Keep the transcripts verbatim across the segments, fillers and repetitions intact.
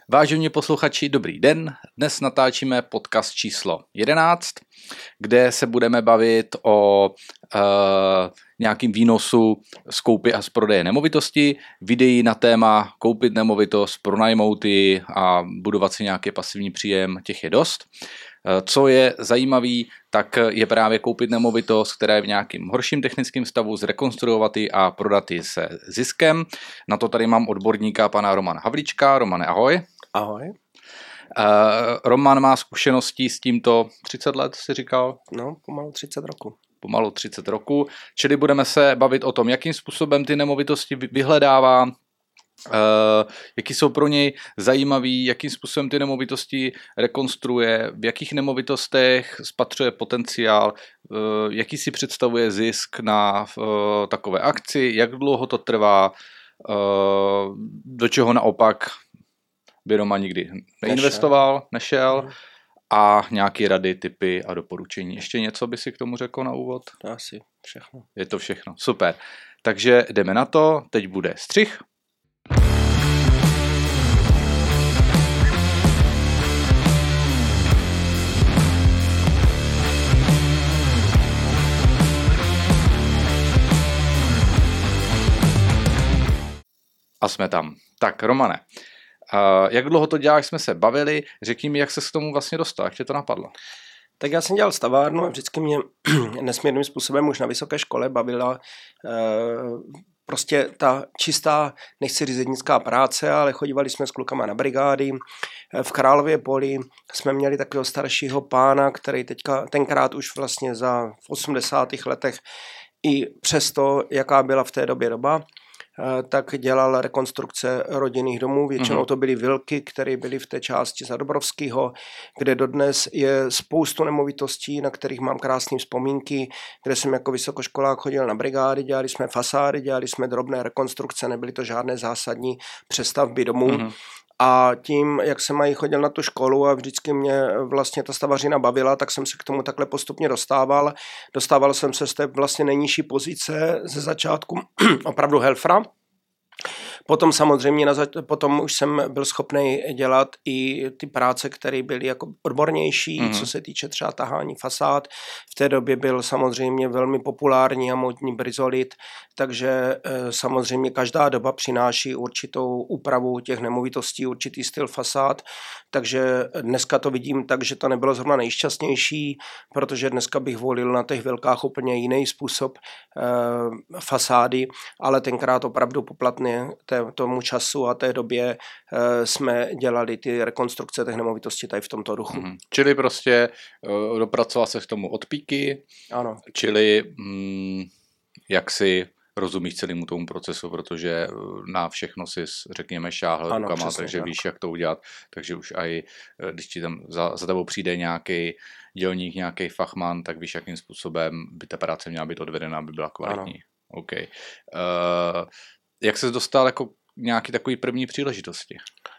Vážení posluchači, dobrý den. Dnes natáčíme podcast číslo jedenáct, kde se budeme bavit o uh, nějakým výnosu z koupy a z prodeje nemovitosti, videí na téma koupit nemovitost, pronajmout ji a budovat si nějaký pasivní příjem, těch je dost. Co je zajímavý, tak je právě koupit nemovitost, která je v nějakým horším technickém stavu, zrekonstruovat ji a prodat ji se ziskem. Na to tady mám odborníka pana Romana Havlíčka. Romane, ahoj. Ahoj. Uh, Roman má zkušeností s tímto třicet let, si říkal? No, pomalu třicet roku. Pomalu třicet roku, čili budeme se bavit o tom, jakým způsobem ty nemovitosti vyhledává, Uh, jaký jsou pro něj zajímavý, jakým způsobem ty nemovitosti rekonstruuje, v jakých nemovitostech spatřuje potenciál, uh, jaký si představuje zisk na uh, takové akci, jak dlouho to trvá, uh, do čeho naopak by Roma nikdy neinvestoval, nešel, nešel a nějaké rady, tipy a doporučení. Ještě něco by si k tomu řekl na úvod? Asi všechno. Je to všechno, super. Takže jdeme na to, teď bude střih. A jsme tam. Tak, Romane, uh, jak dlouho to děláš, jsme se bavili, řekni mi, jak se k tomu vlastně dostal, jak tě to napadlo? Tak já jsem dělal stavárnu a vždycky mě nesmírným způsobem už na vysoké škole bavila uh, prostě ta čistá, nechci říct zednická práce, ale chodívali jsme s klukama na brigády. V Králově Poli jsme měli takového staršího pána, který teďka tenkrát už vlastně za v osmdesátých letech i přesto, jaká byla v té době doba, tak dělal rekonstrukce rodinných domů. Většinou to byly vilky, které byly v té části Zadobrovského, kde dodnes je spoustu nemovitostí, na kterých mám krásné vzpomínky, kde jsem jako vysokoškolák chodil na brigády, dělali jsme fasády, dělali jsme drobné rekonstrukce, nebyly to žádné zásadní přestavby domů. Mm-hmm. A tím, jak jsem mají chodil na tu školu a vždycky mě vlastně ta stavařina bavila, tak jsem se k tomu takhle postupně dostával. Dostával jsem se z té vlastně nejnižší pozice ze začátku opravdu helfra. Potom samozřejmě na zač- potom už jsem byl schopný dělat i ty práce, které byly jako odbornější, mm. co se týče třeba tahání fasád. V té době byl samozřejmě velmi populární a módní brizolit, takže e, samozřejmě každá doba přináší určitou úpravu těch nemovitostí, určitý styl fasád, takže dneska to vidím tak, že to nebylo zrovna nejšťastnější, protože dneska bych volil na těch vilkách úplně jiný způsob e, fasády, ale tenkrát opravdu poplatně té, tomu času a té době e, jsme dělali ty rekonstrukce těch nemovitostí tady v tomto duchu. Mm-hmm. Čili prostě e, dopracoval se k tomu od píky, ano. Čili mm, jak si rozumíš celému tomu procesu, protože na všechno si, řekněme, šáhl ano, rukama, takže tak. Víš, jak to udělat. Takže už aj, když ti tam za, za tebou přijde nějaký dělník, nějaký fachman, tak víš, jakým způsobem by ta práce měla být odvedena, aby byla kvalitní. Ano. OK. Uh, jak ses dostal jako nějaký takový první příležitosti?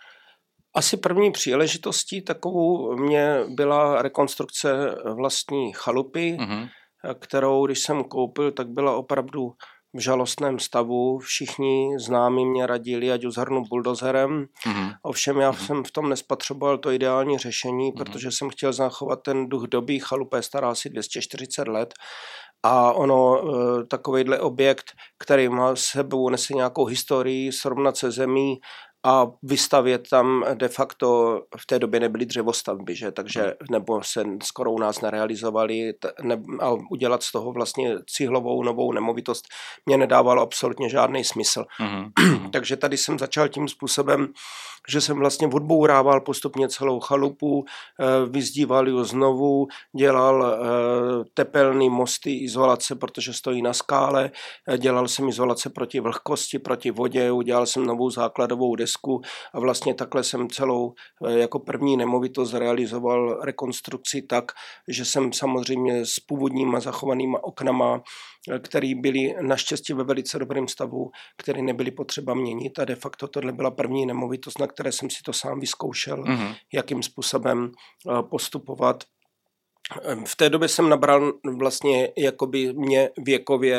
Asi první příležitostí takovou mě byla rekonstrukce vlastní chalupy, uh-huh. kterou, když jsem koupil, tak byla opravdu v žalostném stavu. Všichni známí mě radili, ať uzhrnu buldozerem. Mm-hmm. Ovšem já mm-hmm. jsem v tom nespatřoval to ideální řešení, mm-hmm. protože jsem chtěl zachovat ten duch doby. Chalupa je stará asi dvě stě čtyřicet let. A ono, takovejhle objekt, který má s sebou nese nějakou historii, srovnat se zemí a vystavět tam de facto, v té době nebyly dřevostavby, že? Takže nebo se skoro u nás nerealizovali ne, a udělat z toho vlastně cihlovou novou nemovitost mě nedávalo absolutně žádný smysl. Mm-hmm. Takže tady jsem začal tím způsobem, že jsem vlastně odbourával postupně celou chalupu, vyzdíval ji znovu, dělal tepelný mosty, izolace, protože stojí na skále, dělal jsem izolace proti vlhkosti, proti vodě, udělal jsem novou základovou desku a vlastně takhle jsem celou jako první nemovitost realizoval rekonstrukci tak, že jsem samozřejmě s původníma zachovanýma oknama, které byly naštěstí ve velice dobrém stavu, které nebyly potřeba měnit a de facto tohle byla první nemovitost, na které jsem si to sám vyzkoušel, mm-hmm. jakým způsobem postupovat. V té době jsem nabral vlastně jakoby mě věkově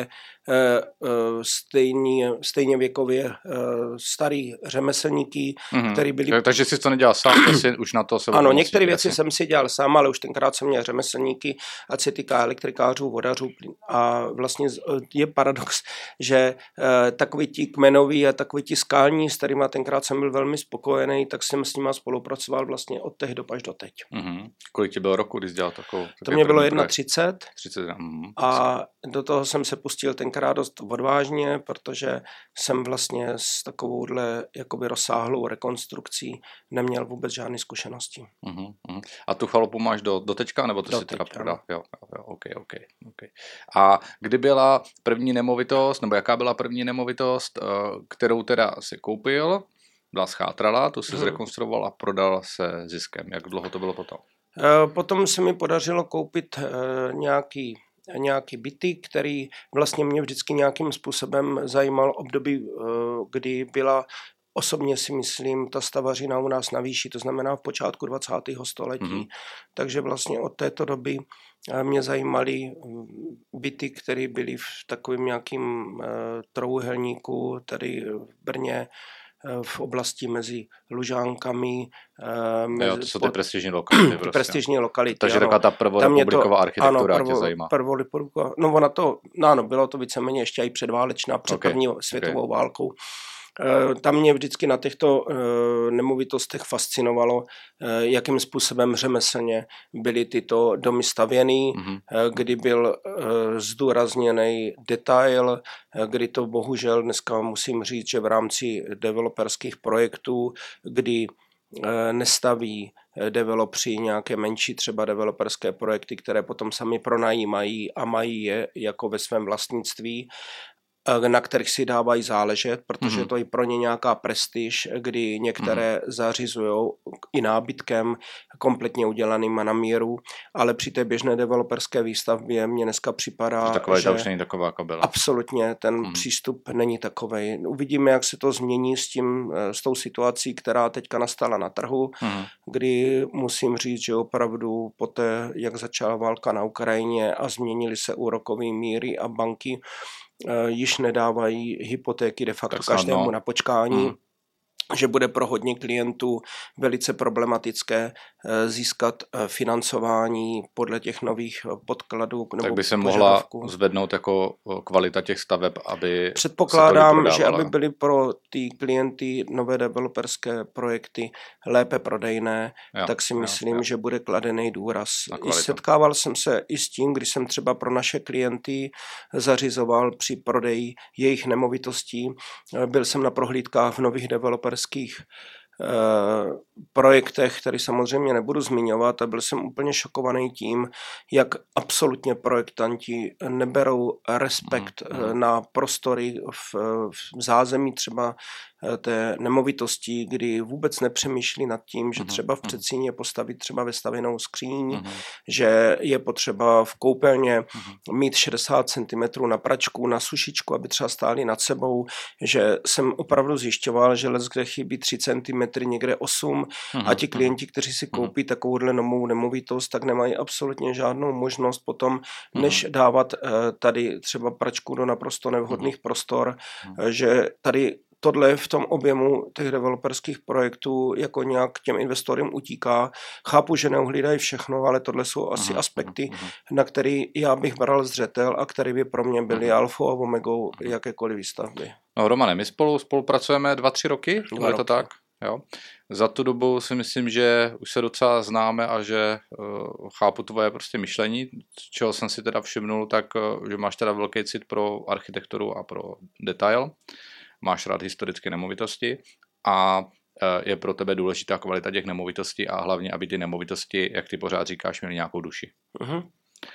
stejně, stejně věkově starý řemeslníky, mm-hmm. který byli... Takže jsi to nedělal sám, asi už na to se... Ano, některé věci jasně. jsem si dělal sám, ale už tenkrát jsem měl řemeslníky, ať se týká elektrikářů, vodařů a vlastně je paradox, že takový ti kmenoví a takový ti skální, s kterýma tenkrát jsem byl velmi spokojený, tak jsem s nima spolupracoval vlastně od těch dob až do teď. Mm-hmm. Kolik ti bylo roku, když jsi dělal takovou? To mě bylo třicet jedna. Mm-hmm. A do toho jsem se pustil tenkrát dost odvážně, protože jsem vlastně s takovouhle jakoby rozsáhlou rekonstrukcí neměl vůbec žádné zkušenosti. Mm-hmm. A tu chalupu máš do, do teďka, nebo to do si teda prodal? Jo, jo, okay, okay, okay. A kdy byla první nemovitost, nebo jaká byla první nemovitost, kterou teda si koupil, byla schátrala, tu si hmm. zrekonstruoval a prodal se ziskem. Jak dlouho to bylo potom? Potom se mi podařilo koupit nějaký nějaký byty, který vlastně mě vždycky nějakým způsobem zajímal období, kdy byla osobně si myslím, ta stavařina u nás na výši, to znamená v počátku dvacátého století. Mm-hmm. Takže vlastně od této doby mě zajímaly byty, které byly v takovém nějakým trouhelníku, tady v Brně, v oblasti mezi Lužánkami. Mezi, jo, to jsou ty prestižní lokality. Prostě. Prestižní lokality, Takže ano. Taková ta prvorepubliková architektura ano, prvo, tě zajímá. Prvorepubliková, no ona to, no ano, bylo to víceméně ještě i předválečná, před okay. první světovou okay. válkou. Tam mě vždycky na těchto nemovitostech fascinovalo, jakým způsobem řemeslně byly tyto domy stavěny, mm-hmm. kdy byl zdůrazněný detail, kdy to bohužel dneska musím říct, že v rámci developerských projektů, kdy nestaví developři nějaké menší třeba developerské projekty, které potom sami pronajímají a mají je jako ve svém vlastnictví, na kterých si dávají záležet, protože mm-hmm. to je pro ně nějaká prestiž, kdy některé mm-hmm. zařizují i nábytkem kompletně udělaným a na míru, ale při té běžné developerské výstavbě mně dneska připadá, taková, že už není taková, jako byla. Absolutně ten mm-hmm. přístup není takovej. Uvidíme, jak se to změní s tím, s tou situací, která teďka nastala na trhu, mm-hmm. kdy musím říct, že opravdu poté, jak začala válka na Ukrajině a změnily se úrokové míry a banky, již nedávají hypotéky de facto každému no. na počkání, mm. že bude pro hodně klientů velice problematické získat financování podle těch nových podkladů. Nebo tak by se mohla zvednout jako kvalita těch staveb, aby předpokládám, že aby byly pro ty klienty nové developerské projekty lépe prodejné, jo, tak si myslím, jo, jo. že bude kladený důraz. Setkával jsem se i s tím, když jsem třeba pro naše klienty zařizoval při prodeji jejich nemovitostí. Byl jsem na prohlídkách v nových developerských projektech, který samozřejmě nebudu zmiňovat, a byl jsem úplně šokovaný tím, jak absolutně projektanti neberou respekt mm. na prostory v, v zázemí třeba té nemovitosti, kdy vůbec nepřemýšlí nad tím, že třeba v předsíni postavit třeba vestavěnou skříň, mm. že je potřeba v koupelně mm. mít šedesát centimetrů na pračku, na sušičku, aby třeba stály nad sebou, že jsem opravdu zjišťoval, že leckde chybí tři centimetry, někde osm mm. a ti klienti, kteří si koupí mm. takovouhle novou nemovitost, tak nemají absolutně žádnou možnost potom, mm. než dávat tady třeba pračku do naprosto nevhodných mm. prostor, mm. že tady tohle v tom objemu těch developerských projektů jako nějak těm investorům utíká. Chápu, že neuhlídají všechno, ale tohle jsou asi aha, aspekty, aha. na který já bych bral zřetel a které by pro mě byly alfou a omegou jakékoliv výstavby. No Romane, my spolu spolupracujeme dva, tři roky, dva je to roky. Tak? Jo. Za tu dobu si myslím, že už se docela známe a že uh, chápu tvoje prostě myšlení, čeho jsem si teda všimnul, tak uh, že máš teda velký cit pro architekturu a pro detail. Máš rád historické nemovitosti a je pro tebe důležitá kvalita těch nemovitostí a hlavně, aby ty nemovitosti, jak ty pořád říkáš, měly nějakou duši. Uh-huh. Uh,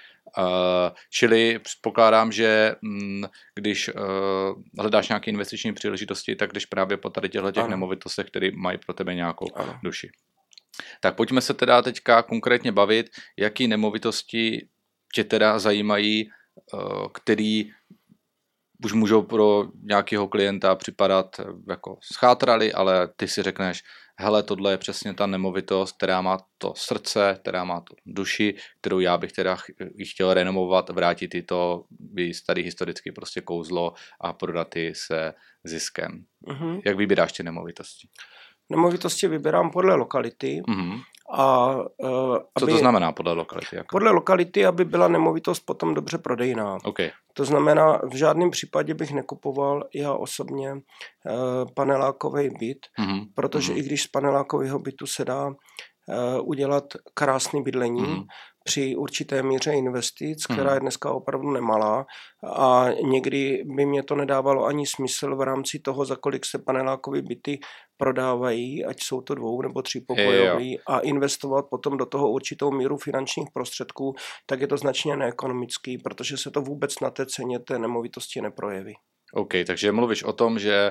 čili předpokládám, že mm, když uh, hledáš nějaké investiční příležitosti, tak když právě po tady těchto těch nemovitostech, které mají pro tebe nějakou ano. duši. Tak pojďme se teda teďka konkrétně bavit, jaký nemovitosti tě teda zajímají, uh, který už můžou pro nějakého klienta připadat jako schátrali, ale ty si řekneš, hele, tohle je přesně ta nemovitost, která má to srdce, která má tu duši, kterou já bych teda chtěl renomovat, vrátit jí to starý historicky prostě kouzlo a prodat ji se ziskem. Mm-hmm. Jak vybíráš ty nemovitosti? Nemovitosti vybírám podle lokality. Mm-hmm. A, uh, Co aby, to znamená podle lokality? Jako? Podle lokality, aby byla nemovitost potom dobře prodejná. Okay. To znamená, v žádném případě bych nekupoval já osobně uh, panelákový byt, mm-hmm. protože mm-hmm. i když z panelákového bytu se dá uh, udělat krásný bydlení, mm-hmm. při určité míře investic, která je dneska opravdu nemalá a někdy by mě to nedávalo ani smysl v rámci toho, za kolik se panelákové byty prodávají, ať jsou to dvou nebo třípokojový a investovat potom do toho určitou míru finančních prostředků, tak je to značně neekonomický, protože se to vůbec na té ceně té nemovitosti neprojeví. OK, takže mluvíš o tom, že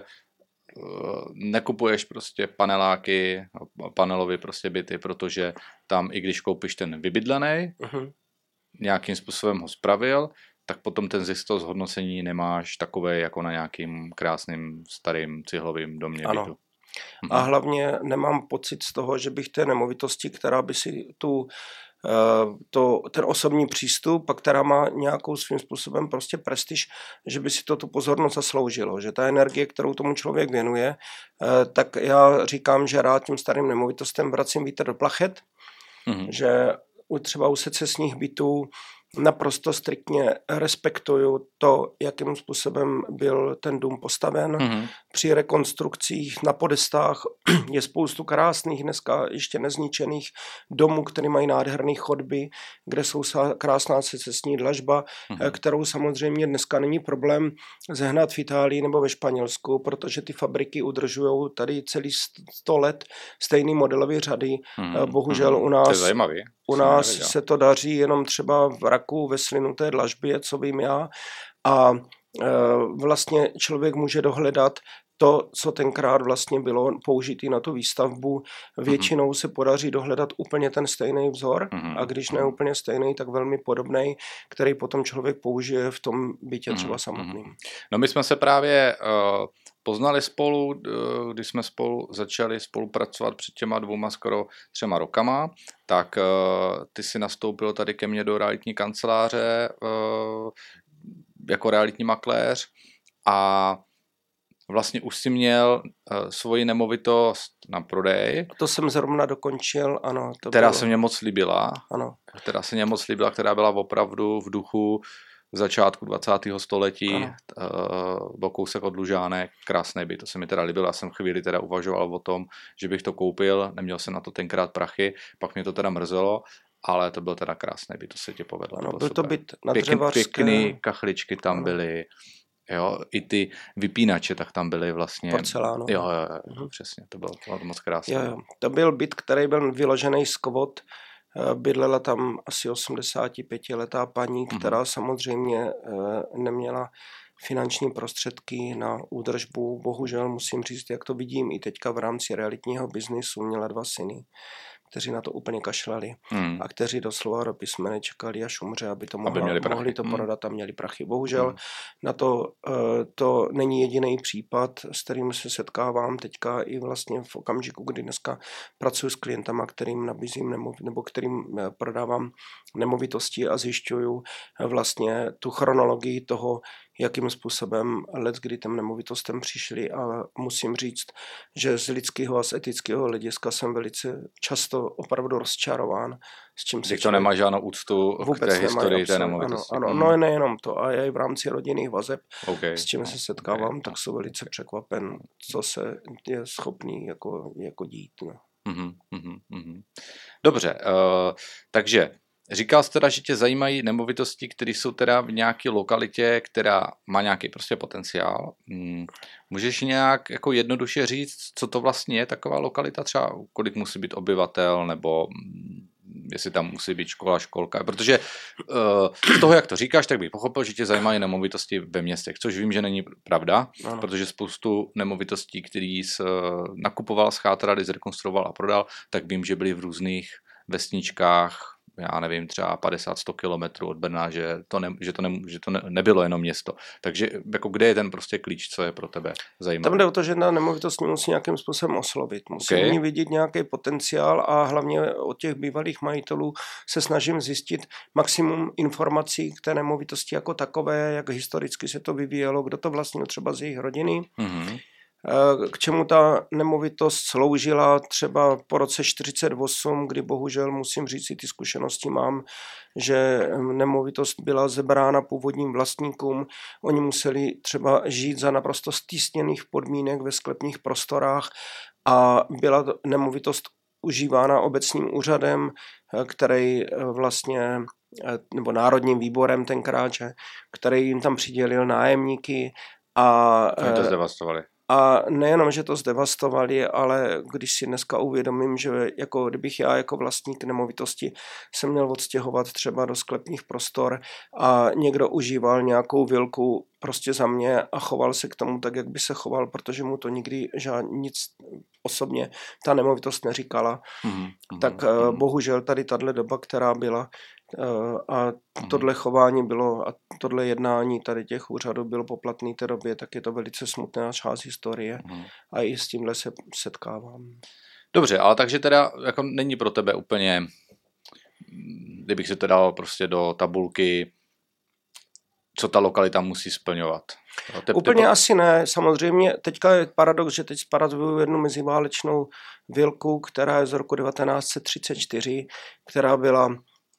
nekupuješ prostě paneláky, panelový prostě byty, protože tam, i když koupíš ten vybydlený, uh-huh. nějakým způsobem ho spravil, tak potom ten zisk toho zhodnocení nemáš takové jako na nějakým krásným starým cihlovým domě ano. bytu. A hlavně nemám pocit z toho, že bych té nemovitosti, která by si tu To, ten osobní přístup, a která má nějakou svým způsobem prostě prestiž, že by si to tu pozornost zasloužilo, že ta energie, kterou tomu člověk věnuje, tak já říkám, že rád tím starým nemovitostem vracím vítr do plachet, mm-hmm. že třeba u secesních bytů naprosto striktně respektuju to, jakým způsobem byl ten dům postaven. Mm-hmm. Při rekonstrukcích na podestách je spoustu krásných, dneska ještě nezničených domů, které mají nádherné chodby, kde jsou krásná secesní dlažba, mm-hmm. kterou samozřejmě dneska není problém zehnat v Itálii nebo ve Španělsku, protože ty fabriky udržují tady celý sto let stejný modelový řady. Mm-hmm. Bohužel u nás... To je zajímavý. U nás se to daří jenom třeba v Raku, ve Slinuté dlažbě, co vím já. A e, vlastně člověk může dohledat to, co tenkrát vlastně bylo použitý na tu výstavbu. Většinou mm-hmm. se podaří dohledat úplně ten stejný vzor mm-hmm. a když ne úplně stejný, tak velmi podobný, který potom člověk použije v tom bytě mm-hmm. třeba samotným. No my jsme se právě uh, poznali spolu, uh, když jsme spolu začali spolupracovat před těma dvouma skoro třema rokama, tak uh, ty si nastoupil tady ke mně do realitní kanceláře uh, jako realitní makléř a vlastně už si měl uh, svoji nemovitost na prodej. To jsem zrovna dokončil, ano. To která bylo... se mě moc líbila. Ano. Která se mě moc líbila, která byla opravdu v duchu začátku dvacátého století. Uh, byl kousek od Lužánek, krásný byt, to se mi teda líbilo. Já jsem chvíli teda uvažoval o tom, že bych to koupil, neměl jsem na to tenkrát prachy, pak mě to teda mrzelo, ale to byl teda krásný byt, to se ti povedlo. Ano, to byl super. to byt na Pěkný, Dřevařské. pěkný kachličky tam ano. byly. Jo, i ty vypínače, tak tam byly vlastně... Porcelánu. Jo, jo, jo, jo, přesně, to bylo, to bylo moc krásné. Jo, jo. To byl byt, který byl vyložený z kovot. Bydlela tam asi osmdesátipětiletá paní, která mm-hmm. samozřejmě neměla finanční prostředky na údržbu. Bohužel musím říct, jak to vidím i teďka v rámci realitního biznisu, měla dva syny, kteří na to úplně kašlali hmm. a kteří doslova do písmene čekali, až umře, aby to mohla, aby mohli to prodat a měli prachy. Bohužel hmm. na to, to není jediný případ, s kterým se setkávám teďka i vlastně v okamžiku, kdy dneska pracuji s klientama, kterým nabízím nemov, nebo kterým prodávám nemovitosti a zjišťuju vlastně tu chronologii toho, jakým způsobem let, kdy těm nemovitostem přišli a musím říct, že z lidského a z etického hlediska jsem velice často opravdu rozčarován. S čím se to nemá žádnou úctu k té historii té nemovitosti. Ano, ano, no nejenom to, a i v rámci rodinných vazeb, okay. s čím se setkávám, okay. tak jsem velice překvapen, co se je schopný jako, jako dít. No. Mm-hmm, mm-hmm. Dobře, uh, takže říkal jsi teda, že tě zajímají nemovitosti, které jsou teda v nějaké lokalitě, která má nějaký prostě potenciál. Hmm. Můžeš nějak jako jednoduše říct, co to vlastně je taková lokalita, třeba kolik musí být obyvatel, nebo jestli tam musí být škola, školka, protože uh, z toho, jak to říkáš, tak bych pochopil, že tě zajímají nemovitosti ve městech, což vím, že není pravda, ano. protože spoustu nemovitostí, který jsi nakupoval, schátrali, zrekonstruoval a prodal, tak vím, že byly v různých vesničkách, já nevím, třeba padesát sto kilometrů od Brna, že to, ne, že to, ne, že to ne, nebylo jenom město. Takže jako kde je ten prostě klíč, co je pro tebe zajímavé? Tam jde o to, že na nemovitost musí nějakým způsobem oslovit. Musí Okay. okay. vidět nějaký potenciál a hlavně od těch bývalých majitelů se snažím zjistit maximum informací k té nemovitosti jako takové, jak historicky se to vyvíjelo, kdo to vlastnil třeba z jejich rodiny. Mm-hmm. K čemu ta nemovitost sloužila třeba po roce čtyřicet osm, kdy bohužel musím říct, si ty zkušenosti mám, že nemovitost byla zebrána původním vlastníkům. Oni museli třeba žít za naprosto stýsněných podmínek ve sklepních prostorách a byla nemovitost užívána obecním úřadem, který vlastně, nebo národním výborem tenkrát, který jim tam přidělil nájemníky a to zdevastovali. A nejenom, že to zdevastovali, ale když si dneska uvědomím, že jako kdybych já jako vlastník nemovitosti se měl odstěhovat třeba do sklepních prostor a někdo užíval nějakou vilku prostě za mě a choval se k tomu tak, jak by se choval, protože mu to nikdy žád, nic osobně ta nemovitost neříkala, mm-hmm. tak mm-hmm. bohužel tady tahle doba, která byla, a tohle chování bylo a tohle jednání tady těch úřadů bylo poplatný té době, tak je to velice smutná část historie mm. a i s tímhle se setkávám. Dobře, ale takže teda jako není pro tebe úplně, kdybych se to dal prostě do tabulky, co ta lokalita musí splňovat? Te, úplně te... asi ne, samozřejmě teďka je paradox, že teď zparatuju jednu meziválečnou vilku, která je z roku devatenáct set třicet čtyři, která byla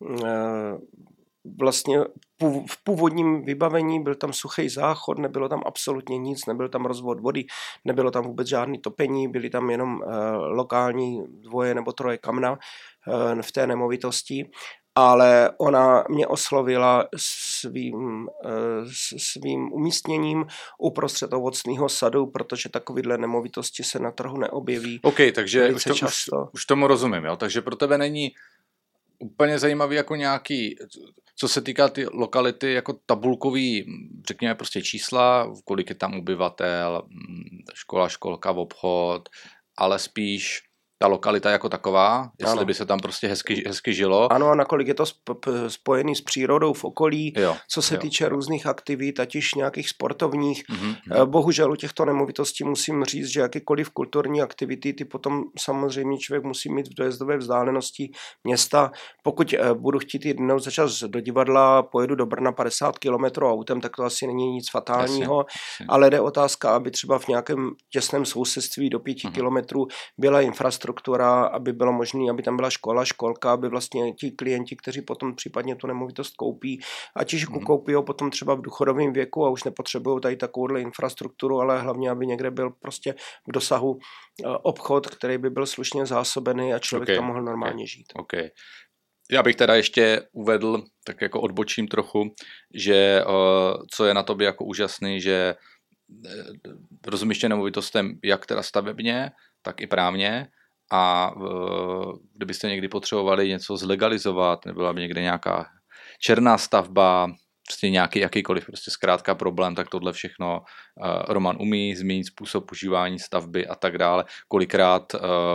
vlastně v původním vybavení, byl tam suchý záchod, nebylo tam absolutně nic, nebyl tam rozvod vody, nebylo tam vůbec žádný topení, byly tam jenom lokální dvoje nebo troje kamna v té nemovitosti, ale ona mě oslovila svým, svým umístěním uprostřed ovocného sadu, protože takovýhle nemovitosti se na trhu neobjeví. OK, takže už, to, už, už tomu rozumím, jo? Takže pro tebe není úplně zajímavý jako nějaký, co se týká ty lokality, jako tabulkový, řekněme prostě čísla, kolik je tam obyvatel, škola, školka, obchod, ale spíš ta lokalita jako taková, jestli ano. by se tam prostě hezky, hezky žilo. Ano, a nakolik je to spojený s přírodou v okolí, jo, co se jo. týče různých aktivit, ať již nějakých sportovních. Mm-hmm. Bohužel u těchto nemovitostí musím říct, že jakýkoliv kulturní aktivity, ty potom samozřejmě člověk musí mít v dojezdové vzdálenosti města. Pokud budu chtít jít jednou za čas do divadla, pojedu do Brna padesát kilometrů autem, tak to asi není nic fatálního, jasně, ale jde otázka, aby třeba v nějakém těsném sousedství do pěti mm-hmm. kilometrů byla infrastruktura, struktura, aby bylo možné, aby tam byla škola, školka, aby vlastně ti klienti, kteří potom případně tu nemovitost koupí, ať již mm. koupí ho potom třeba v důchodovém věku a už nepotřebují tady takovouhle infrastrukturu, ale hlavně, aby někde byl prostě v dosahu obchod, který by byl slušně zásobený a člověk okay. tam mohl normálně okay. žít. Okay. Já bych teda ještě uvedl, tak jako odbočím trochu, že co je na tobě jako úžasný, že rozumíš tě nemovitostem jak teda stavebně, tak i právně. A kdybyste někdy potřebovali něco zlegalizovat, nebyla by někde nějaká černá stavba, prostě nějaký jakýkoliv prostě zkrátka problém, tak tohle všechno Roman umí, změnit způsob užívání stavby a tak dále. Kolikrát,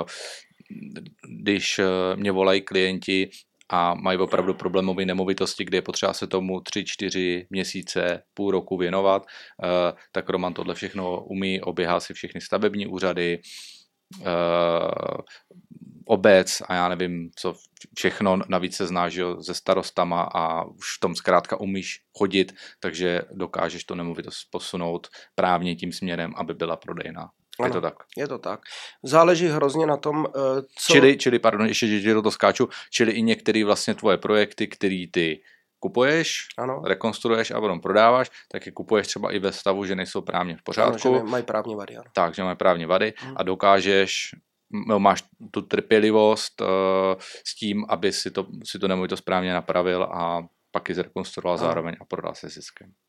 když mě volají klienti a mají opravdu problémové nemovitosti, kde je potřeba se tomu tři, čtyři měsíce, půl roku věnovat, tak Roman tohle všechno umí, oběhá si všechny stavební úřady, Uh, obec a já nevím, co všechno, navíc se znáš jo, se starostama a už v tom zkrátka umíš chodit, takže dokážeš tu nemovitost posunout právně tím směrem, aby byla prodejná. Je ano, to tak? Je to tak. Záleží hrozně na tom, co... Čili, čili pardon, ještě že do toho skáču, čili i některé vlastně tvoje projekty, které ty kupuješ, ano. rekonstruuješ a potom prodáváš, tak je kupuješ třeba i ve stavu, že nejsou právně v pořádku. Ano, že mají právní vady. Ano. Tak, že mají právní vady hmm. a dokážeš, máš tu trpělivost uh, s tím, aby si to, si to nemovitost správně napravil a pak ji zrekonstruoval ano. zároveň a prodal se ziskem.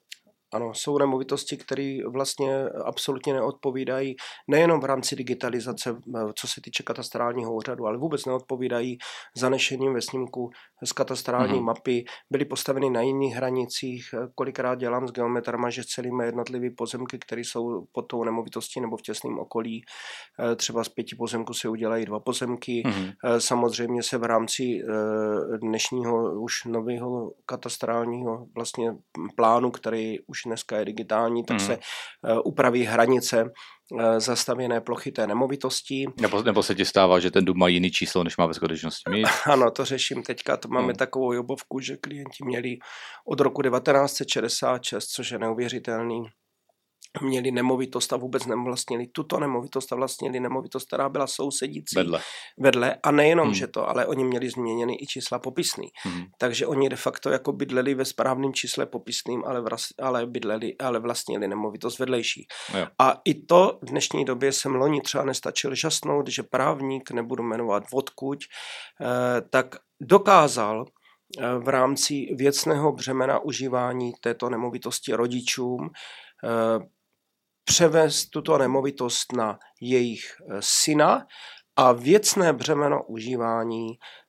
Ano, jsou nemovitosti, které vlastně absolutně neodpovídají nejenom v rámci digitalizace, co se týče katastrálního úřadu, ale vůbec neodpovídají zanešením ve snímku z katastrální mm. mapy. Byly postaveny na jiných hranicích. Kolikrát dělám s geometrama, že celíme jednotlivé pozemky, které jsou pod tou nemovitostí nebo v těsném okolí. Třeba z pěti pozemků se udělají dva pozemky. Mm. Samozřejmě se v rámci dnešního už nového katastrálního vlastně plánu, který už dneska je digitální, tak mm. se upraví hranice zastavěné plochy té nemovitosti. Nebo, nebo se ti stává, že ten dům má jiný číslo, než má ve skutečnosti mít? Ano, to řeším teďka. To máme mm. takovou jobovku, že klienti měli od roku devatenáct set šedesát šest, což je neuvěřitelný, měli nemovitost a vůbec nevlastnili tuto nemovitost a vlastnili nemovitost, která byla sousedící vedle. vedle. A nejenom, hmm. že to, ale oni měli změněny i čísla popisný. Hmm. Takže oni de facto jako bydleli ve správném čísle popisným, ale, vras, ale bydleli, ale vlastnili nemovitost vedlejší. Jo. A i to v dnešní době jsem loni třeba nestačil žasnout, že právník, nebudu jmenovat odkud, eh, tak dokázal eh, v rámci věcného břemena užívání této nemovitosti rodičům eh, převést tuto nemovitost na jejich syna a věcné břemeno užívání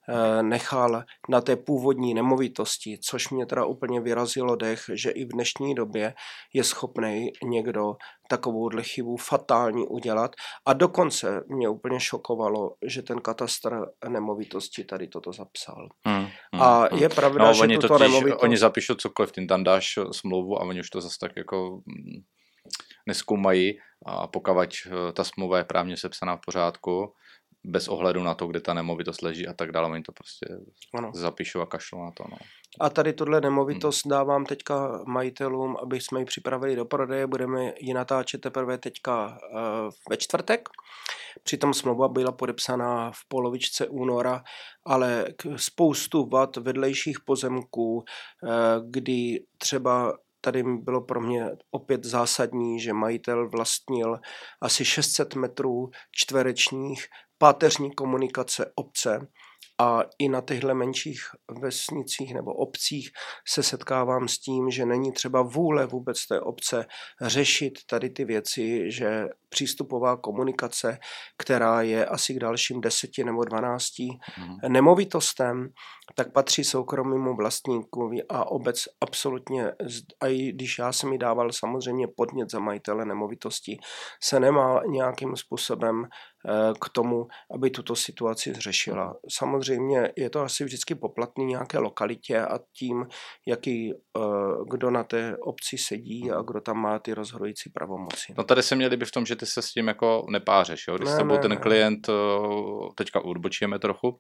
nechal na té původní nemovitosti, což mě teda úplně vyrazilo dech, že i v dnešní době je schopný někdo takovouhle chybu fatální udělat a dokonce mě úplně šokovalo, že ten katastr nemovitosti tady toto zapsal. Hmm, hmm, a je hmm. pravda, no, že oni tuto totiž, nemovitost... Oni zapíšou cokoliv, tím tam dáš smlouvu a oni už to zase tak jako neskoumají a pokud ta smlouva je právně sepsaná v pořádku, bez ohledu na to, kde ta nemovitost leží a tak dále, oni to prostě ano. zapíšou a kašlou na to. No. A tady tuhle nemovitost hmm. dávám teďka majitelům, aby jsme ji připravili do prodeje, budeme ji natáčet teprve teďka uh, ve čtvrtek. Přitom smlouva byla podepsaná v polovičce února, ale spoustu vad vedlejších pozemků, uh, kdy třeba tady bylo pro mě opět zásadní, že majitel vlastnil asi šest set metrů čtverečních páteřní komunikace obce a i na těchto menších vesnicích nebo obcích se setkávám s tím, že není třeba vůle vůbec té obce řešit tady ty věci, že přístupová komunikace, která je asi k dalším deseti nebo dvanácti mm. nemovitostem, tak patří soukromému vlastníkovi a obec absolutně, a i když já jsem mi dával samozřejmě podnět za majitele nemovitosti, se nemá nějakým způsobem k tomu, aby tuto situaci řešila. Samozřejmě je to asi vždycky poplatný nějaké lokalitě a tím, jaký, kdo na té obci sedí a kdo tam má ty rozhodující pravomoci. No tady se měli by v tom, že ty se s tím jako nepářeš, jo? Když ne, s tebou ne, ten ne. klient, teďka odbočíme trochu,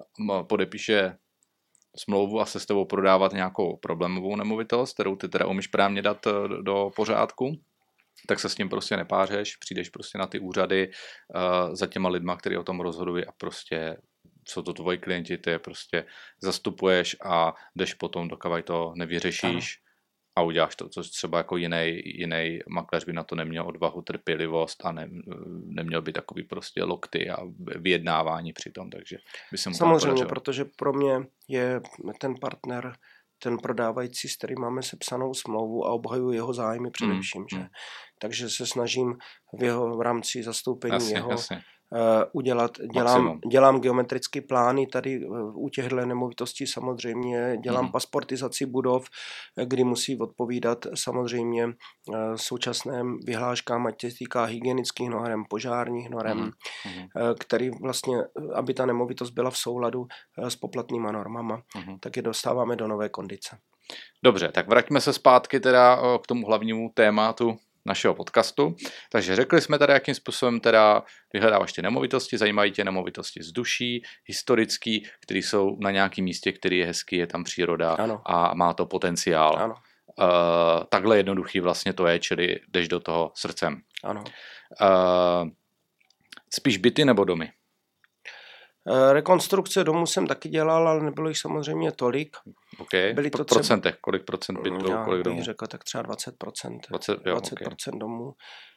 podepíše smlouvu a se s tebou prodávat nějakou problémovou nemovitost, kterou ty teda umíš právně dát do pořádku, tak se s tím prostě nepářeš, přijdeš prostě na ty úřady uh, za těma lidma, kteří o tom rozhodují a prostě jsou to tvoji klienti, ty je prostě zastupuješ a jdeš potom, dokud to nevyřešíš a uděláš to, což třeba jako jiný, jiný makléř by na to neměl odvahu, trpělivost a ne, neměl by takový prostě lokty a vyjednávání přitom, takže by se mu samozřejmě, protože pro mě je ten partner ten prodávající, s kterým máme sepsanou smlouvu a obhajuji jeho zájmy především. Mm, že? Mm. Takže se snažím v jeho v rámci zastoupení jasně, jeho jasně. Uh, udělat. Dělám, dělám geometrické plány tady uh, u těchto nemovitostí samozřejmě, dělám mm. pasportizaci budov, kdy musí odpovídat samozřejmě uh, současným vyhláškám, ať se týká hygienických norem, požárních norem, mm. uh, který vlastně, aby ta nemovitost byla v souladu uh, s poplatnýma normama, mm. tak je dostáváme do nové kondice. Dobře, tak vraťme se zpátky teda uh, k tomu hlavnímu tématu našeho podcastu. Takže řekli jsme teda, jakým způsobem teda vyhledáváš ty nemovitosti, zajímají tě nemovitosti z duší, historický, které jsou na nějakém místě, který je hezký, je tam příroda ano. a má to potenciál. Ano. Uh, takhle jednoduchý vlastně to je, čili jdeš do toho srdcem. Ano. Uh, spíš byty nebo domy? Rekonstrukce domů jsem taky dělal, ale nebylo jich samozřejmě tolik. Okay. Byly to třeba... procentech, kolik procent bytů, já kolik domů? Já bych řekl tak třeba dvacet procent. dvacet, jo, dvacet procent okay. domů,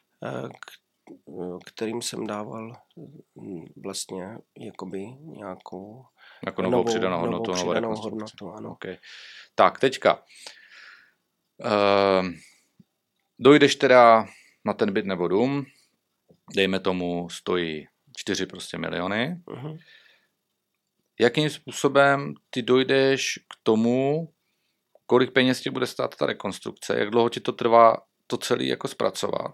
kterým jsem dával vlastně jakoby nějakou jako novou, novou přidanou hodnotu. Novou přidanou hodnotu, ano. Okay. Tak, teďka. Uh, dojdeš teda na ten byt nebo dům, dejme tomu stojí čtyři prostě miliony. Uh-huh. Jakým způsobem ty dojdeš k tomu, kolik peněz ti bude stát ta rekonstrukce, jak dlouho ti to trvá to celé jako zpracovat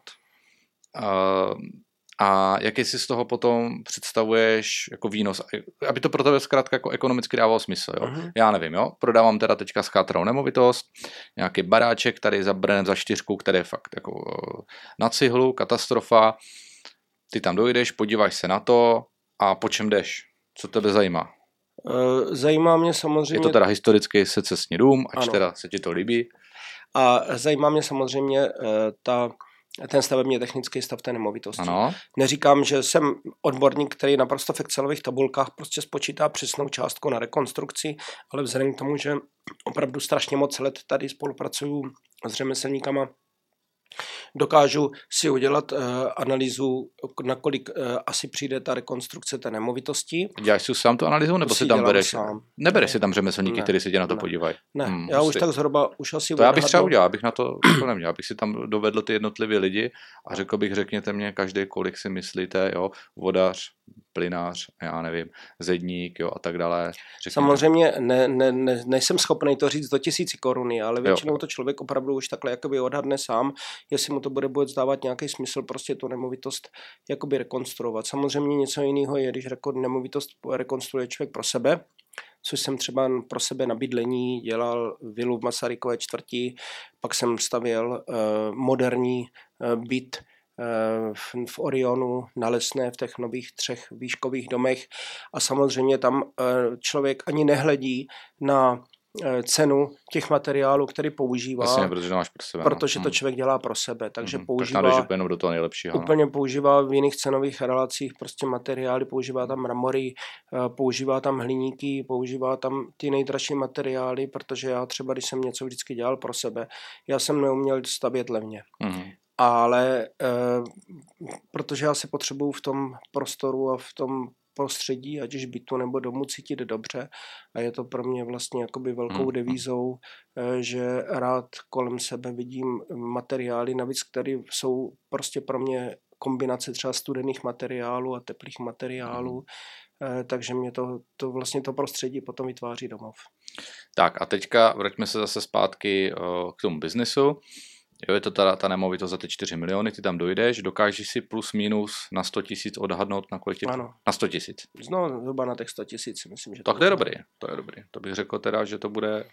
a, a jaký si z toho potom představuješ jako výnos, aby to pro tebe zkrátka jako ekonomicky dávalo smysl. Jo? Uh-huh. Já nevím, jo, prodávám teda teďka schátralou nemovitost, nějaký baráček tady za Brnem za čtyřku, který je fakt jako na cihlu, katastrofa, ty tam dojdeš, podíváš se na to a po čem jdeš? Co tebe zajímá? Zajímá mě samozřejmě... Je to teda historicky secesní dům, ač ano. teda se ti to líbí. A zajímá mě samozřejmě ta, ten stavebně technický stav té nemovitosti. Ano. Neříkám, že jsem odborník, který naprosto v Excelových tabulkách prostě spočítá přesnou částku na rekonstrukci, ale vzhledem k tomu, že opravdu strašně moc let tady spolupracuju s řemeslníkama, dokážu si udělat uh, analýzu, nakolik uh, asi přijde ta rekonstrukce té nemovitosti. Děláš si sám tu analýzu, nebo si tam bereš? Sám. Nebereš si tam řemeslníky, ne, kteří se tě na to ne, podívají? Ne, hmm, já už tak zhruba už asi To odhadnu. já bych třeba udělal, abych na to, to neměl, abych si tam dovedl ty jednotlivé lidi a řekl bych, řekněte mě každý, kolik si myslíte, jo, vodař, plynář, já nevím, zedník, jo, a tak dále. Řekněte. Samozřejmě ne, ne, ne, nejsem schopný to říct do tisíci koruny, ale většinou jo. to člověk opravdu už takhle jakoby odhadne sám, jestli mu to bude vůbec dávat nějaký smysl prostě tu nemovitost jakoby rekonstruovat. Samozřejmě něco jiného je, když nemovitost rekonstruuje člověk pro sebe, což jsem třeba pro sebe na bydlení dělal vilu v Masarykové čtvrti, pak jsem stavěl uh, moderní uh, byt v, v Orionu, na Lesné, v těch nových třech výškových domech a samozřejmě tam člověk ani nehledí na cenu těch materiálů, který používá, Vlastně, protože, to máš pro sebe, protože no. to člověk dělá pro sebe, takže hmm, používá tak jenom do toho nejlepšího, úplně no. používá v jiných cenových relacích prostě materiály, používá tam mramory, používá tam hliníky, používá tam ty nejdražší materiály, protože já třeba, když jsem něco vždycky dělal pro sebe, já jsem neuměl stavět levně. Hmm. Ale e, protože já se potřebuju v tom prostoru a v tom prostředí, ať už bytu nebo domu, cítit dobře a je to pro mě vlastně jakoby velkou devízou, e, že rád kolem sebe vidím materiály, navíc které jsou prostě pro mě kombinace třeba studených materiálů a teplých materiálů, e, takže mě to, to vlastně to prostředí potom vytváří domov. Tak a teďka vraťme se zase zpátky o, k tomu biznesu. Jo, je to ta, ta nemovitost za ty čtyři miliony, ty tam dojdeš, dokážeš si plus minus na sto tisíc odhadnout, na kolik ti to? Na sto tisíc. No, zhruba na těch sto tisíc, myslím, že tak to je dobrý, to je dobrý. To bych řekl teda, že to bude...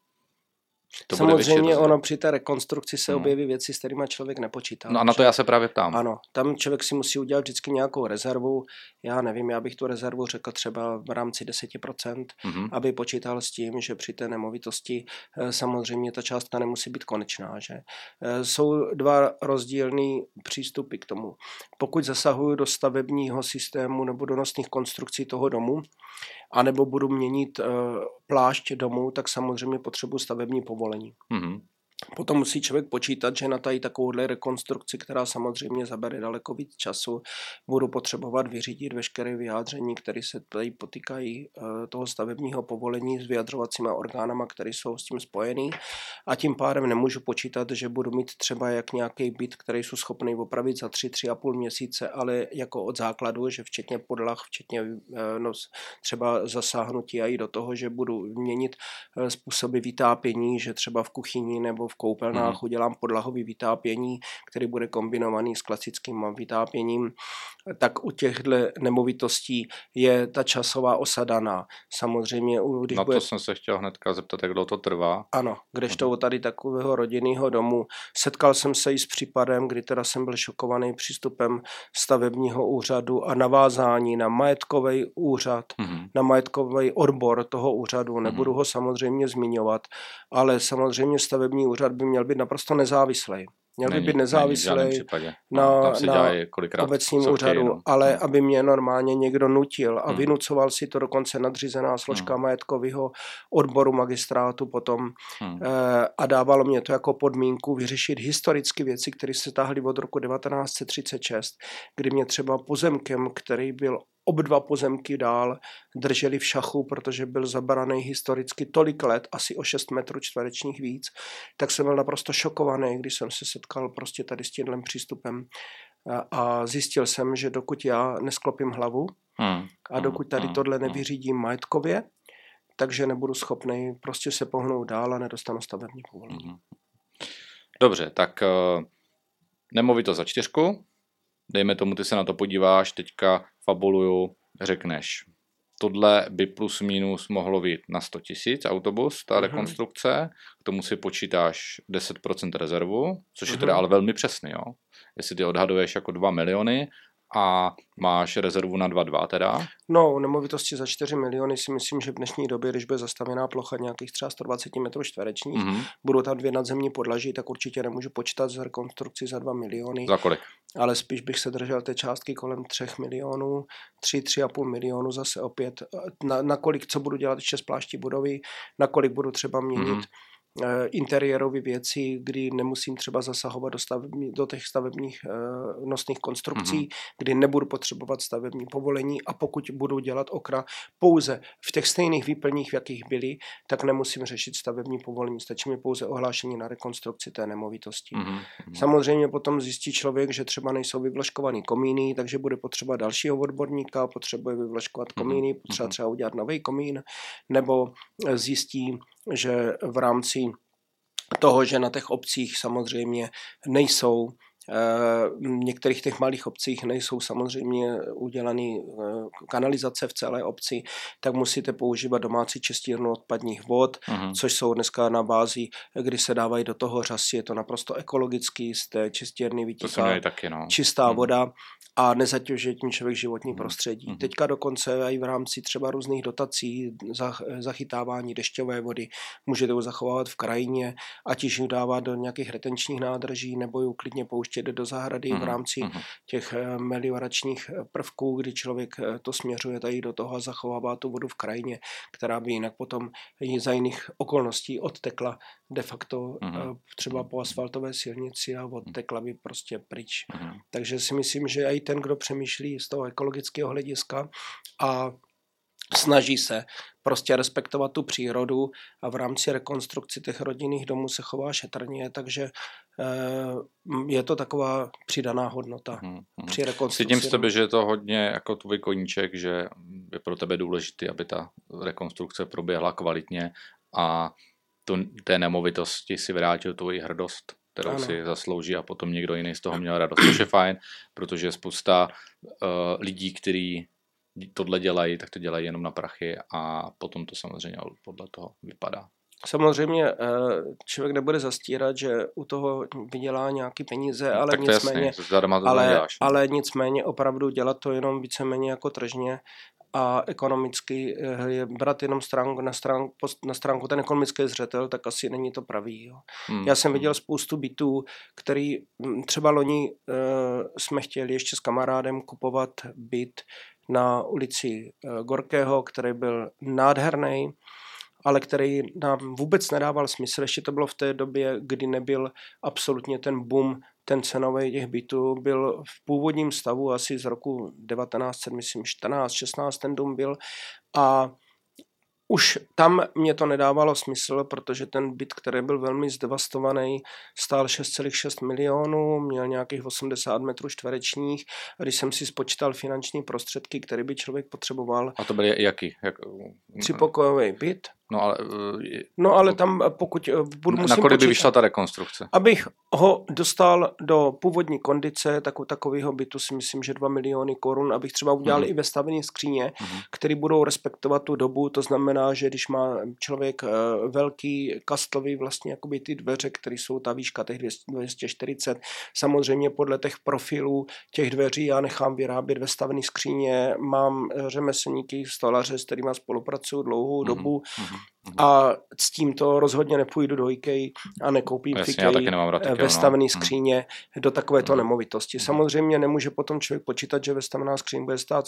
To samozřejmě ono při té rekonstrukci se objeví věci, s kterými člověk nepočítá. No a na to já se právě ptám. Ano, tam člověk si musí udělat vždycky nějakou rezervu. Já nevím, já bych tu rezervu řekl třeba v rámci deset procent, mm-hmm. aby počítal s tím, že při té nemovitosti samozřejmě ta částka nemusí být konečná. Že? Jsou dva rozdílné přístupy k tomu. Pokud zasahuju do stavebního systému nebo do nosných konstrukcí toho domu, anebo budu měnit uh, plášť domu, tak samozřejmě potřebuji stavební povolení. Mm-hmm. Potom musí člověk počítat, že na tady takovouhle rekonstrukci, která samozřejmě zabere daleko víc času, budu potřebovat vyřídit veškeré vyjádření, které se tady potýkají uh, toho stavebního povolení s vyjadřovacíma orgánama, které jsou s tím spojený. A tím pádem nemůžu počítat, že budu mít třeba jak nějaký byt, který jsou schopný opravit za tři, tři a půl měsíce, ale jako od základu, že včetně podlah, včetně uh, no, třeba zasáhnutí a i do toho, že budu měnit uh, způsoby vytápění, že třeba v kuchyni nebo v koupelnách hmm. udělám podlahový vytápění, který bude kombinovaný s klasickým vytápěním, tak u těchto nemovitostí je ta časová osa daná. Samozřejmě, když na to bude... jsem se chtěl hnedka zeptat, jak dlouho to trvá. Ano, kdežto hmm. tady takového rodinného domu. Setkal jsem se i s případem, kdy teda jsem byl šokovaný přístupem stavebního úřadu a navázání na majetkový úřad, hmm. na majetkový odbor toho úřadu. Nebudu hmm. ho samozřejmě zmiňovat, ale samozřejmě stavební úřad by měl být naprosto nezávislý. Měl by být nezávislý na, na obecním úřadu, no. ale no. aby mě normálně někdo nutil a hmm. vynucoval si to dokonce nadřízená složka hmm. majetkového odboru magistrátu potom hmm. eh, a dávalo mě to jako podmínku vyřešit historicky věci, které se táhly od roku devatenáct set třicet šest, kdy mě třeba pozemkem, který byl oba dva pozemky dál drželi v šachu, protože byl zabraný historicky tolik let, asi o šest metrů čtverečních víc, tak jsem byl naprosto šokovaný, když jsem se setkal prostě tady s tímhle přístupem a zjistil jsem, že dokud já nesklopím hlavu hmm. a dokud tady tohle nevyřídím majetkově, takže nebudu schopný prostě se pohnout dál a nedostanu stavební povolení. Dobře, tak uh, nemovitost za čtyřku, dejme tomu, ty se na to podíváš, teďka fabuluju, řekneš, tohle by plus minus mohlo být na sto tisíc autobus, ta uh-huh. rekonstrukce, k tomu si počítáš deset procent rezervu, což uh-huh. je teda ale velmi přesný, jo. Jestli ty odhaduješ jako dva miliony a máš rezervu na dva dva teda? No, nemovitosti za čtyři miliony si myslím, že v dnešní době, když bude zastavěná plocha nějakých třeba sto dvacet metrů čtverečních, mm-hmm. budou tam dvě nadzemní podlaží, tak určitě nemůžu počítat z rekonstrukcí za dva miliony. Za kolik? Ale spíš bych se držel té částky kolem třech milionů, tři, tři a půl milionu zase opět. Na, na kolik, co budu dělat ještě z pláští budovy, na kolik budu třeba měnit mm-hmm. interiérové věci, kdy nemusím třeba zasahovat do, stavební, do těch stavebních uh, nosných konstrukcí, mm-hmm. kdy nebudu potřebovat stavební povolení a pokud budu dělat okna pouze v těch stejných výplních, v jakých byly, tak nemusím řešit stavební povolení, stačí mi pouze ohlášení na rekonstrukci té nemovitosti. Mm-hmm. Samozřejmě potom zjistí člověk, že třeba nejsou vyvlaškovaný komíny, takže bude potřeba dalšího odborníka, potřebuje vyvlaškovat komíny, potřeba třeba udělat nový komín, nebo zjistí, že v rámci toho, že na těch obcích samozřejmě nejsou, v některých těch malých obcích nejsou samozřejmě udělané kanalizace v celé obci, tak musíte používat domácí čistírnu odpadních vod, uh-huh. což jsou dneska na bázi, kdy se dávají do toho řasy, je to naprosto ekologický, z té čistírny vytíká taky, no. čistá uh-huh. voda a nezatěžuje tím člověk životní uh-huh. prostředí. Uh-huh. Teďka dokonce i v rámci třeba různých dotací, zachytávání dešťové vody, můžete ho zachovávat v krajině, ať již ji dávat do nějakých retenčních nádrží, nebo ji klidně pouštět do zahrady uh-huh. v rámci uh-huh. těch melioračních prvků, kdy člověk to směřuje tady do toho a zachovává tu vodu v krajině, která by jinak potom za jiných okolností odtekla de facto uh-huh. třeba po asfaltové silnici a odtekla by prostě pryč. Uh-huh. Takže si myslím, že i ten, kdo přemýšlí z toho ekologického hlediska a snaží se prostě respektovat tu přírodu a v rámci rekonstrukce těch rodinných domů se chová šetrně, takže je to taková přidaná hodnota hmm, hmm. při rekonstrukci. Cítím z tebe, že je to hodně jako tvůj koníček, že je pro tebe důležité, aby ta rekonstrukce proběhla kvalitně a tu, té nemovitosti si vrátil tvoji hrdost, kterou ano. si zaslouží a potom někdo jiný z toho měl radost, což je fajn, protože je spousta uh, lidí, kteří tohle dělají, tak to dělají jenom na prachy a potom to samozřejmě podle toho vypadá. Samozřejmě člověk nebude zastírat, že u toho vydělá nějaký peníze, ale nicméně, jasný, ale, neděláš, ale nicméně opravdu dělat to jenom víceméně jako tržně a ekonomicky je brát jenom stránku na, stránku, na stránku ten ekonomický zřetel, tak asi není to pravý. Jo. Hmm. Já jsem viděl spoustu bytů, který třeba loni uh, jsme chtěli ještě s kamarádem kupovat byt na ulici uh, Gorkého, který byl nádherný, ale který nám vůbec nedával smysl. Ještě to bylo v té době, kdy nebyl absolutně ten boom, ten cenový těch bytů. Byl v původním stavu asi z roku devatenáct set, myslím, čtrnáct, šestnáct ten dům byl. A už tam mě to nedávalo smysl, protože ten byt, který byl velmi zdevastovaný, stál šest celá šest milionů, měl nějakých osmdesát metrů čtverečních. A když jsem si spočítal finanční prostředky, které by člověk potřeboval. A to byly jaký? Jak... Třipokojový byt. No ale, no ale tam pokud budu musím nakolik by počítat, vyšla ta rekonstrukce? Abych ho dostal do původní kondice, tak u takového bytu si myslím, že dva miliony korun, abych třeba udělal mm. i ve stavené skříně, mm. které budou respektovat tu dobu, to znamená, že když má člověk velký kastlový vlastně jakoby ty dveře, které jsou ta výška těch dvě stě čtyřicet, samozřejmě podle těch profilů těch dveří já nechám vyrábět ve stavené skříně, mám řemeslníky, stolaře, s kterými spolupracuju dlouhou mm. dobu, mm. a s tímto rozhodně nepůjdu do IKEA a nekoupím v IKEA ve stavené skříně hmm. do takovéto hmm. nemovitosti. Samozřejmě nemůže potom člověk počítat, že vestavená skříň bude stát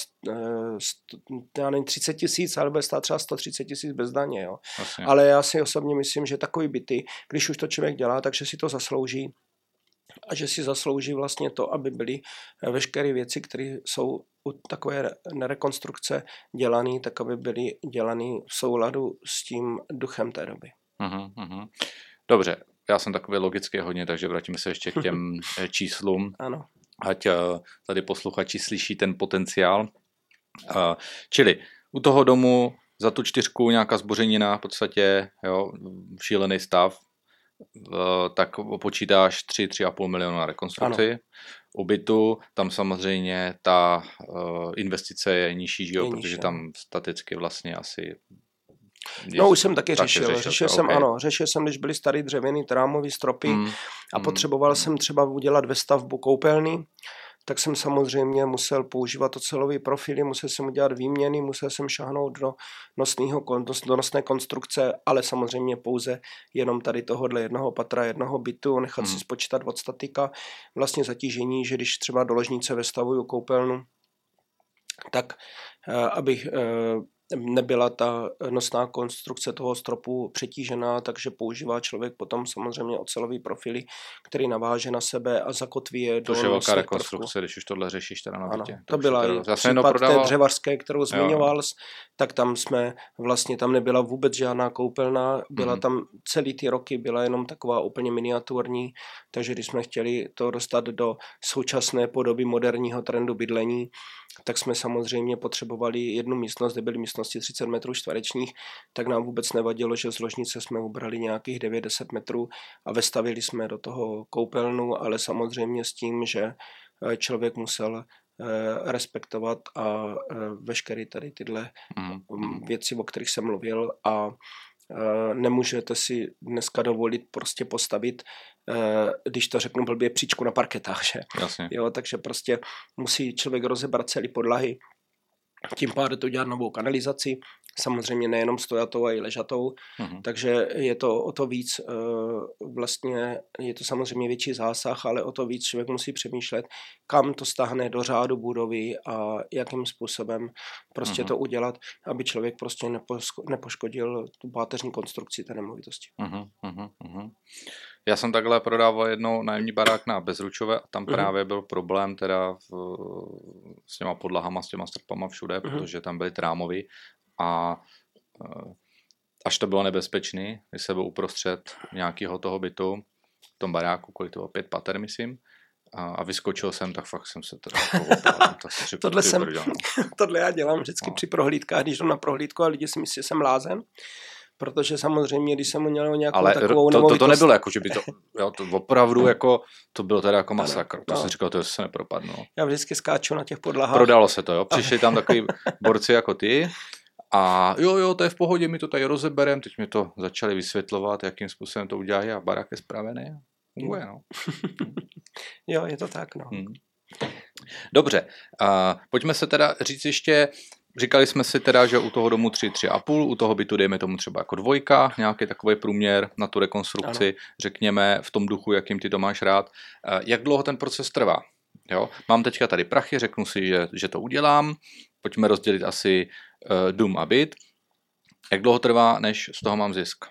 já nevím, třicet tisíc, ale bude stát třeba sto třicet tisíc bez daně. Jo. Ale já si osobně myslím, že takový byty, když už to člověk dělá, takže si to zaslouží. a že si zaslouží vlastně to, aby byly veškeré věci, které jsou u takové rekonstrukce dělané, tak aby byly dělané v souladu s tím duchem té doby. Uhum, uhum. Dobře, já jsem takový logicky hodně, takže vrátíme se ještě k těm číslům. Ano. Ať tady posluchači slyší ten potenciál. Čili u toho domu za tu čtyřku nějaká zbořenina, v podstatě jo, šílený stav, tak počítáš tři, tři a půl milionu na rekonstrukci. Ano. U bytu tam samozřejmě ta investice je nižší, že jo, je protože nižší. Tam staticky vlastně asi... No už jsem taky, taky řešil. Řešil, řešil jsem, okay. Ano, řešil jsem, když byly starý dřevěný trámový stropy mm. a potřeboval mm. jsem třeba udělat ve stavbu koupelny, tak jsem samozřejmě musel používat ocelové profily, musel jsem udělat výměny, musel jsem šáhnout do, nosného, do nosné konstrukce, ale samozřejmě pouze jenom tady tohohle jednoho patra, jednoho bytu, nechat mm. si spočítat od statika vlastně zatížení, že když třeba do ložnice vestavuju koupelnu, tak abych nebyla ta nosná konstrukce toho stropu přetížená, takže používá člověk potom samozřejmě ocelový profily, který naváže na sebe a zakotví je do nosných. To je velká rekonstrukce, když už tohle řešíš teda na bytě. Ano, to, to byla i případ té dřevařské, kterou zmiňoval, tak tam jsme vlastně, tam nebyla vůbec žádná koupelna, byla mm-hmm. tam celý ty roky, byla jenom taková úplně miniaturní, takže když jsme chtěli to dostat do současné podoby moderního trendu bydlení, tak jsme samozřejmě potřebovali jednu místnost, kde byly místnosti třicet metrů čtverečních, tak nám vůbec nevadilo, že z ložnice jsme ubrali nějakých devět deset metrů a vestavili jsme do toho koupelnu, ale samozřejmě s tím, že člověk musel respektovat a veškeré tady tyhle mm. věci, o kterých jsem mluvil, a nemůžete si dneska dovolit prostě postavit, když to řeknu blbě, příčku na parketách, že? Jasně. Jo, takže prostě musí člověk rozebrat celý podlahy, tím pádem to udělat novou kanalizaci, samozřejmě nejenom stojatou, ale i ležatou, uh-huh. takže je to o to víc, vlastně je to samozřejmě větší zásah, ale o to víc člověk musí přemýšlet, kam to stáhne do řádu budovy a jakým způsobem prostě uh-huh. to udělat, aby člověk prostě nepoškodil tu páteřní konstrukci té nemovitosti. Uh-huh, uh-huh, uh-huh. Já jsem takhle prodával jednou nájemní barák na Bezručové a tam uh-huh. právě byl problém teda v, s těma podlahama, s těma strpama všude, uh-huh. protože tam byly trámový a až to bylo nebezpečný, když se byl uprostřed nějakého toho bytu, v tom baráku, kolik to bylo, pět pater, myslím, a, a vyskočil jsem, tak fakt jsem se teda povopal. tohle, jsem, tohle já dělám vždycky no. při prohlídkách, když jdu na prohlídku a lidi si myslí, že jsem blázen, protože samozřejmě, když jsem měl nějakou ale takovou to, to, to nebylo jako, že by to, jo, to opravdu jako, to bylo teda jako masakr, to no. jsem říkal, to se nepropadnu. Já vždycky skáču na těch podlahách. Prodalo se to, jo, přišli tam takový borci jako ty, a jo, jo, to je v pohodě, my to tady rozeberem, teď mi to začali vysvětlovat, jakým způsobem to udělají a barák je spravený. Funguje, no. Jo, je to tak, no. Hmm. Dobře, uh, pojďme se teda říct ještě, říkali jsme si teda, že u toho domu tři, tři a půl, u toho bytu dejme tomu třeba jako dvojka, nějaký takový průměr na tu rekonstrukci, ano. řekněme v tom duchu, jakým ty to máš rád. Uh, jak dlouho ten proces trvá? Jo? Mám teďka tady prachy, řeknu si, že, že to udělám, pojďme rozdělit asi uh, dům a byt. Jak dlouho trvá, než z toho mám zisk?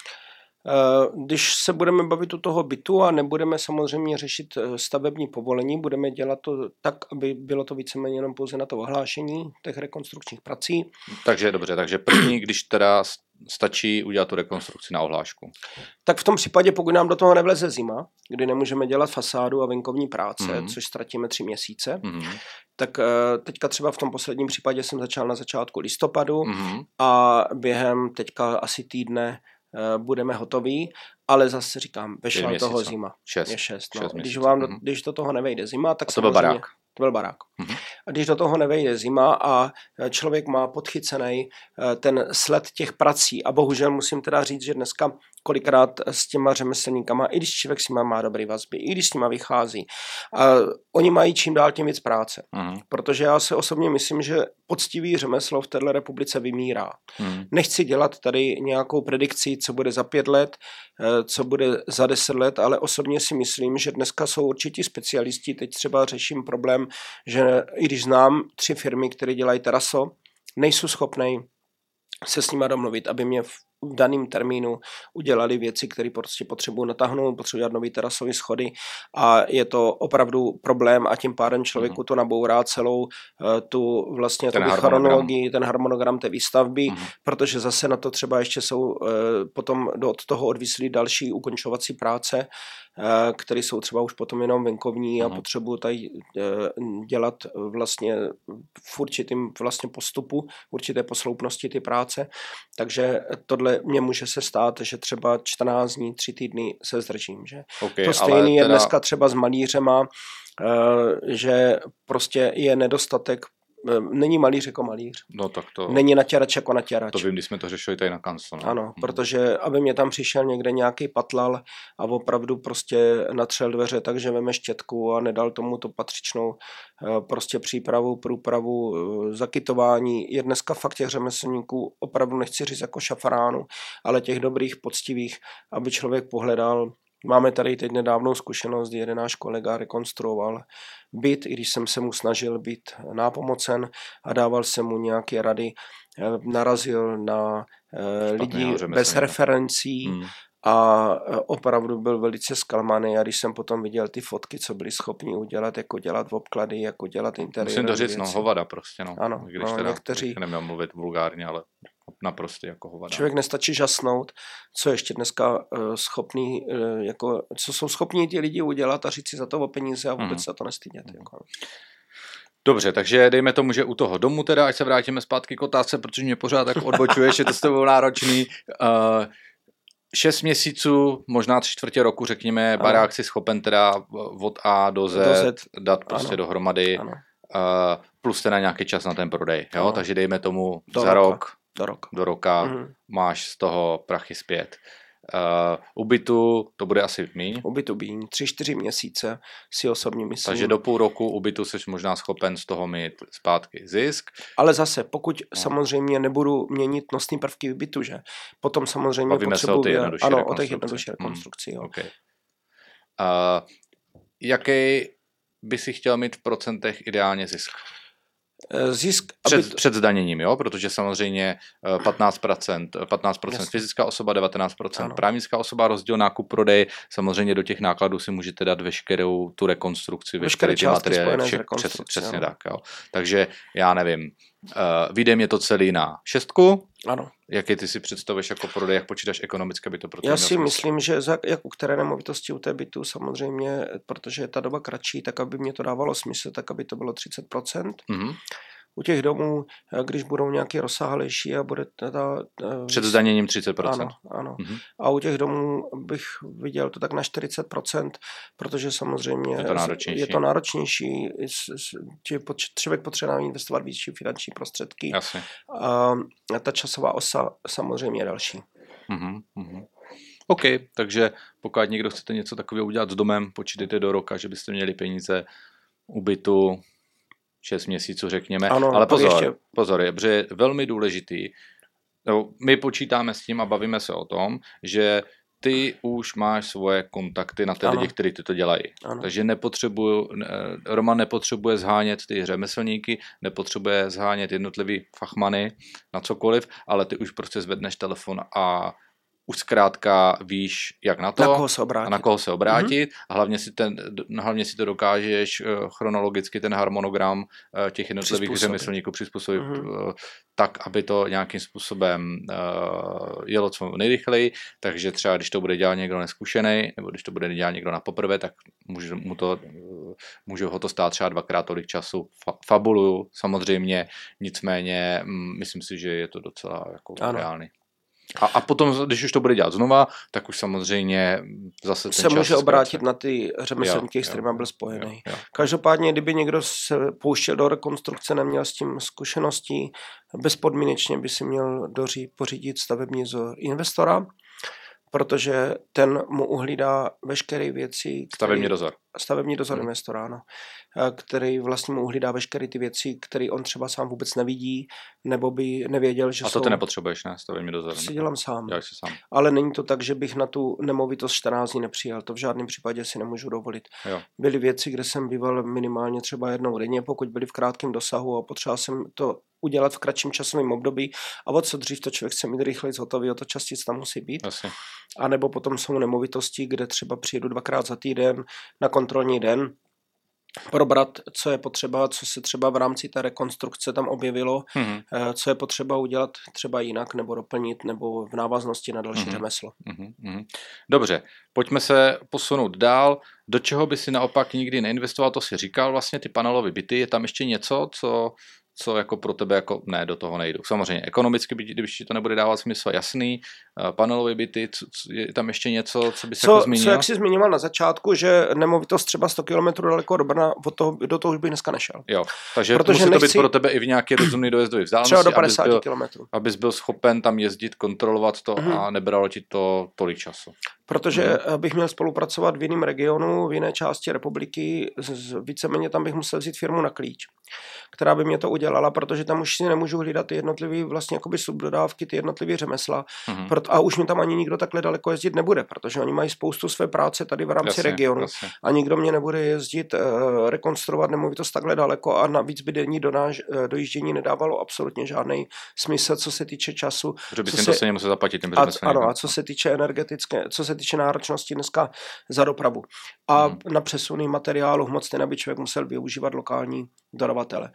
Když se budeme bavit u toho bytu a nebudeme samozřejmě řešit stavební povolení, budeme dělat to tak, aby bylo to víceméně jenom pouze na to ohlášení těch rekonstrukčních prací. Takže dobře, takže první, když teda stačí udělat tu rekonstrukci na ohlášku. Tak v tom případě, pokud nám do toho nevleze zima, kdy nemůžeme dělat fasádu a venkovní práce, mm-hmm. což ztratíme tři měsíce, mm-hmm. tak teďka třeba v tom posledním případě jsem začal na začátku listopadu mm-hmm. a během teďka asi týdne budeme hotoví, ale zase říkám, vešla toho zima. Šest. Je šest. No. šest když, vám do, když do toho nevejde zima, tak a to byl barák. To byl barák. Mm-hmm. A když do toho nevejde zima a člověk má podchycený ten sled těch prací a bohužel musím teda říct, že dneska kolikrát s těma řemeslníkama, i když člověk s nima má dobrý vazby, i když s nima vychází, a oni mají čím dál tím víc práce. Mm-hmm. Protože já se osobně myslím, že poctivý řemeslo v této republice vymírá. Mm-hmm. Nechci dělat tady nějakou predikci, co bude za pět let, co bude za deset let, ale osobně si myslím, že dneska jsou určitě specialisti. Teď třeba řeším problém, že i když znám tři firmy, které dělají teraso, nejsou schopnej se s nima domluvit, aby mě v daném termínu udělali věci, které prostě potřebují natáhnout, potřebují dělat nový terasové schody a je to opravdu problém a tím pádem člověku mm. to nabourá celou uh, tu vlastně ten chronologii, ten harmonogram té výstavby, mm. protože zase na to třeba ještě jsou uh, potom do, od toho odvislí další ukončovací práce, uh, které jsou třeba už potom jenom venkovní mm. a potřebují tady uh, dělat vlastně v určitým vlastně postupu, určité posloupnosti ty práce, takže tohle mě může se stát, že třeba čtrnáct dní, tři týdny se zdržím, že? Okay, to stejný teda... je dneska třeba s malířema, že prostě je nedostatek, není malíř jako malíř. No, tak to... Není natěrač jako natěrač. To vím, když jsme to řešili tady na kanclu. No. Ano, hmm. protože aby mě tam přišel někde nějaký patlal a opravdu prostě natřel dveře, takže veme štětku a nedal tomu to patřičnou prostě přípravu, průpravu, zakytování. Je dneska fakt těch řemeslníků, opravdu nechci říct jako šafránu, ale těch dobrých, poctivých, aby člověk pohledal. Máme tady teď nedávnou zkušenost, kdy jeden náš kolega rekonstruoval byt, i když jsem se mu snažil být nápomocen a dával jsem mu nějaké rady, narazil na lidi bez referencí hmm. a opravdu byl velice zklamaný a když jsem potom viděl ty fotky, co byli schopni udělat, jako dělat obklady, jako dělat interiér. Musím to říct, no, hovada prostě, no. Ano, když no, teda, někteří... Neměl mluvit vulgárně, ale naprosto jako hovada. Člověk nestačí žasnout, co ještě dneska uh, schopný, uh, jako, co jsou schopní ti lidi udělat a říct si za to o peníze a vůbec mm. se to nestydět. Mm. Jako. Dobře, takže dejme tomu, že u toho domu teda, ať se vrátíme zpátky k otázce, protože mě pořád tak odbočuješ, je to s tebou náročný. Uh, šest měsíců, možná tři čtvrtě roku, řekněme, ano. Barák si schopen teda od A do Z, do Z. dát prostě ano. dohromady, uh, plus teda nějaký čas na ten prodej, jo? Takže dejme tomu do za roka. rok. Do roka. Do roka mm. máš z toho prachy zpět. Uh, u bytu to bude asi míň. U bytu míň, tři, čtyři měsíce si osobně myslím. Takže do půl roku u bytu jsi možná schopen z toho mít zpátky zisk. Ale zase, pokud no. samozřejmě nebudu měnit nosný prvky v bytu, že? Potom samozřejmě potřebuji... O ty jednodušší ano, o těch jednodušší rekonstrukci. Hmm. Okay. Uh, jaký by si chtěl mít v procentech ideálně zisk? Zisk, před, aby... před zdaněním, jo? Protože samozřejmě patnáct procent, patnáct procent fyzická osoba, devatenáct procent ano. právnická osoba, rozdíl nákup prodej, samozřejmě do těch nákladů si můžete dát veškerou tu rekonstrukci, veškeré ty materiály, vše, přes, přesně ano. tak. Jo? Takže já nevím, uh, vyjde mě to celý na šestku, ano. Jaký ty si představuješ jako prodej, jak počítáš ekonomicky, by to pro Já si myslím, že za, jak u které nemovitosti u té bytu samozřejmě, protože je ta doba kratší, tak aby mě to dávalo smysl, tak aby to bylo třicet procent. Mm-hmm. U těch domů, když budou nějaký rozsáhlejší a bude ta... Před zdaněním třicet procent. Ano, ano. Mm-hmm. A u těch domů bych viděl to tak na čtyřicet procent, protože samozřejmě je to náročnější. Je to náročnější. Člověk potřebuje investovat větší finanční prostředky. Jasně. A ta časová osa samozřejmě je další. Mm-hmm. Mm-hmm. OK, takže pokud někdo chcete něco takového udělat s domem, počítejte do roka, že byste měli peníze u bytu, šest měsíců řekněme, ano, ale pozor, ještě... pozor, je, protože je velmi důležitý, no, my počítáme s tím a bavíme se o tom, že ty už máš svoje kontakty na ty ano. lidi, kteří ty to dělají. Ano. Takže nepotřebuju, Roman nepotřebuje zhánět ty řemeslníky, nepotřebuje zhánět jednotlivý fachmany na cokoliv, ale ty už prostě zvedneš telefon a už zkrátka víš, jak na to na koho se obrátit. a na koho se obrátit mm-hmm. a hlavně si, ten, hlavně si to dokážeš chronologicky ten harmonogram těch jednotlivých řemeslníků přizpůsobit mm-hmm. tak, aby to nějakým způsobem uh, jelo co nejrychleji, takže třeba když to bude dělat někdo neskušený, nebo když to bude dělat někdo na poprvé, tak může, mu to, může ho to stát třeba dvakrát tolik času. Fa- fabuluju samozřejmě, nicméně m, myslím si, že je to docela jako reálný. A, a potom, když už to bude dělat znova, tak už samozřejmě zase ten se čas může obrátit na ty řemeslníky, s kterými byl spojený. Jo, jo. Každopádně, kdyby někdo se pouštěl do rekonstrukce, neměl s tím zkušeností, bezpodmínečně by si měl doří, pořídit stavební vzor investora, protože ten mu uhlídá veškeré věci. Který, stavební dozor. Stavební dozor hmm. investora, ano. Který vlastně mu uhlídá veškeré ty věci, které on třeba sám vůbec nevidí, nebo by nevěděl, že jsou... A to jsou... ty nepotřebuješ, ne? Stavební dozor. To si dělám sám. Děláš si sám. Ale není to tak, že bych na tu nemovitost čtrnáct dní nepřijel. To v žádném případě si nemůžu dovolit. Jo. Byly věci, kde jsem býval minimálně třeba jednou denně, pokud byly v krátkém dosahu a potřeboval jsem to udělat v kratším časovém období a o co dřív to člověk chce mít rychleji hotový, o to častěji tam musí být. Asi. A nebo potom jsou nemovitosti, kde třeba přijedu dvakrát za týden na kontrolní den, probrat, co je potřeba, co se třeba v rámci té rekonstrukce tam objevilo, mm-hmm. co je potřeba udělat třeba jinak nebo doplnit nebo v návaznosti na další mm-hmm. řemeslo. Mm-hmm. Dobře, pojďme se posunout dál. Do čeho by si naopak nikdy neinvestoval, to si říkal vlastně ty panelové byty, je tam ještě něco, co... co jako pro tebe jako ne, do toho nejdu. Samozřejmě ekonomicky, když ti to nebude dávat smysl, jasný, panelové byty, co, co, je tam ještě něco, co by se co, jako zmínil? Co, jak jsi zmiňoval na začátku, že nemovitost třeba sto kilometrů daleko do Brna, od toho, do toho už bych dneska nešel. Jo, takže protože musí nechci... to být pro tebe i v nějaké rozumné dojezdové vzdálenosti, třeba do padesát kilometrů. Abys byl schopen tam jezdit, kontrolovat to mm-hmm. a nebralo ti to tolik času. Protože mm-hmm. bych měl spolupracovat v jiném regionu, v jiné části republiky, víceméně tam bych musel vzít firmu na klíč, která by mě to udělala, protože tam už si nemůžu hlídat ty jednotlivé vlastně jakoby subdodávky, ty jednotlivé řemesla. Mm-hmm. A už mi tam ani nikdo takhle daleko jezdit nebude, protože oni mají spoustu své práce tady v rámci jasně, regionu jasně. a nikdo mě nebude jezdit, uh, rekonstruovat nemovitost takhle daleko a navíc by denní donáž, uh, dojíždění nedávalo absolutně žádný smysl, co se týče času. Že bys jim to se nemusel zaplatit těm řemeslníkům. Ano, a co se týče energetické, co se týče náročnosti dneska za dopravu. A mm. na přesuny materiálu hmotné, aby člověk musel využívat lokální dodavatele.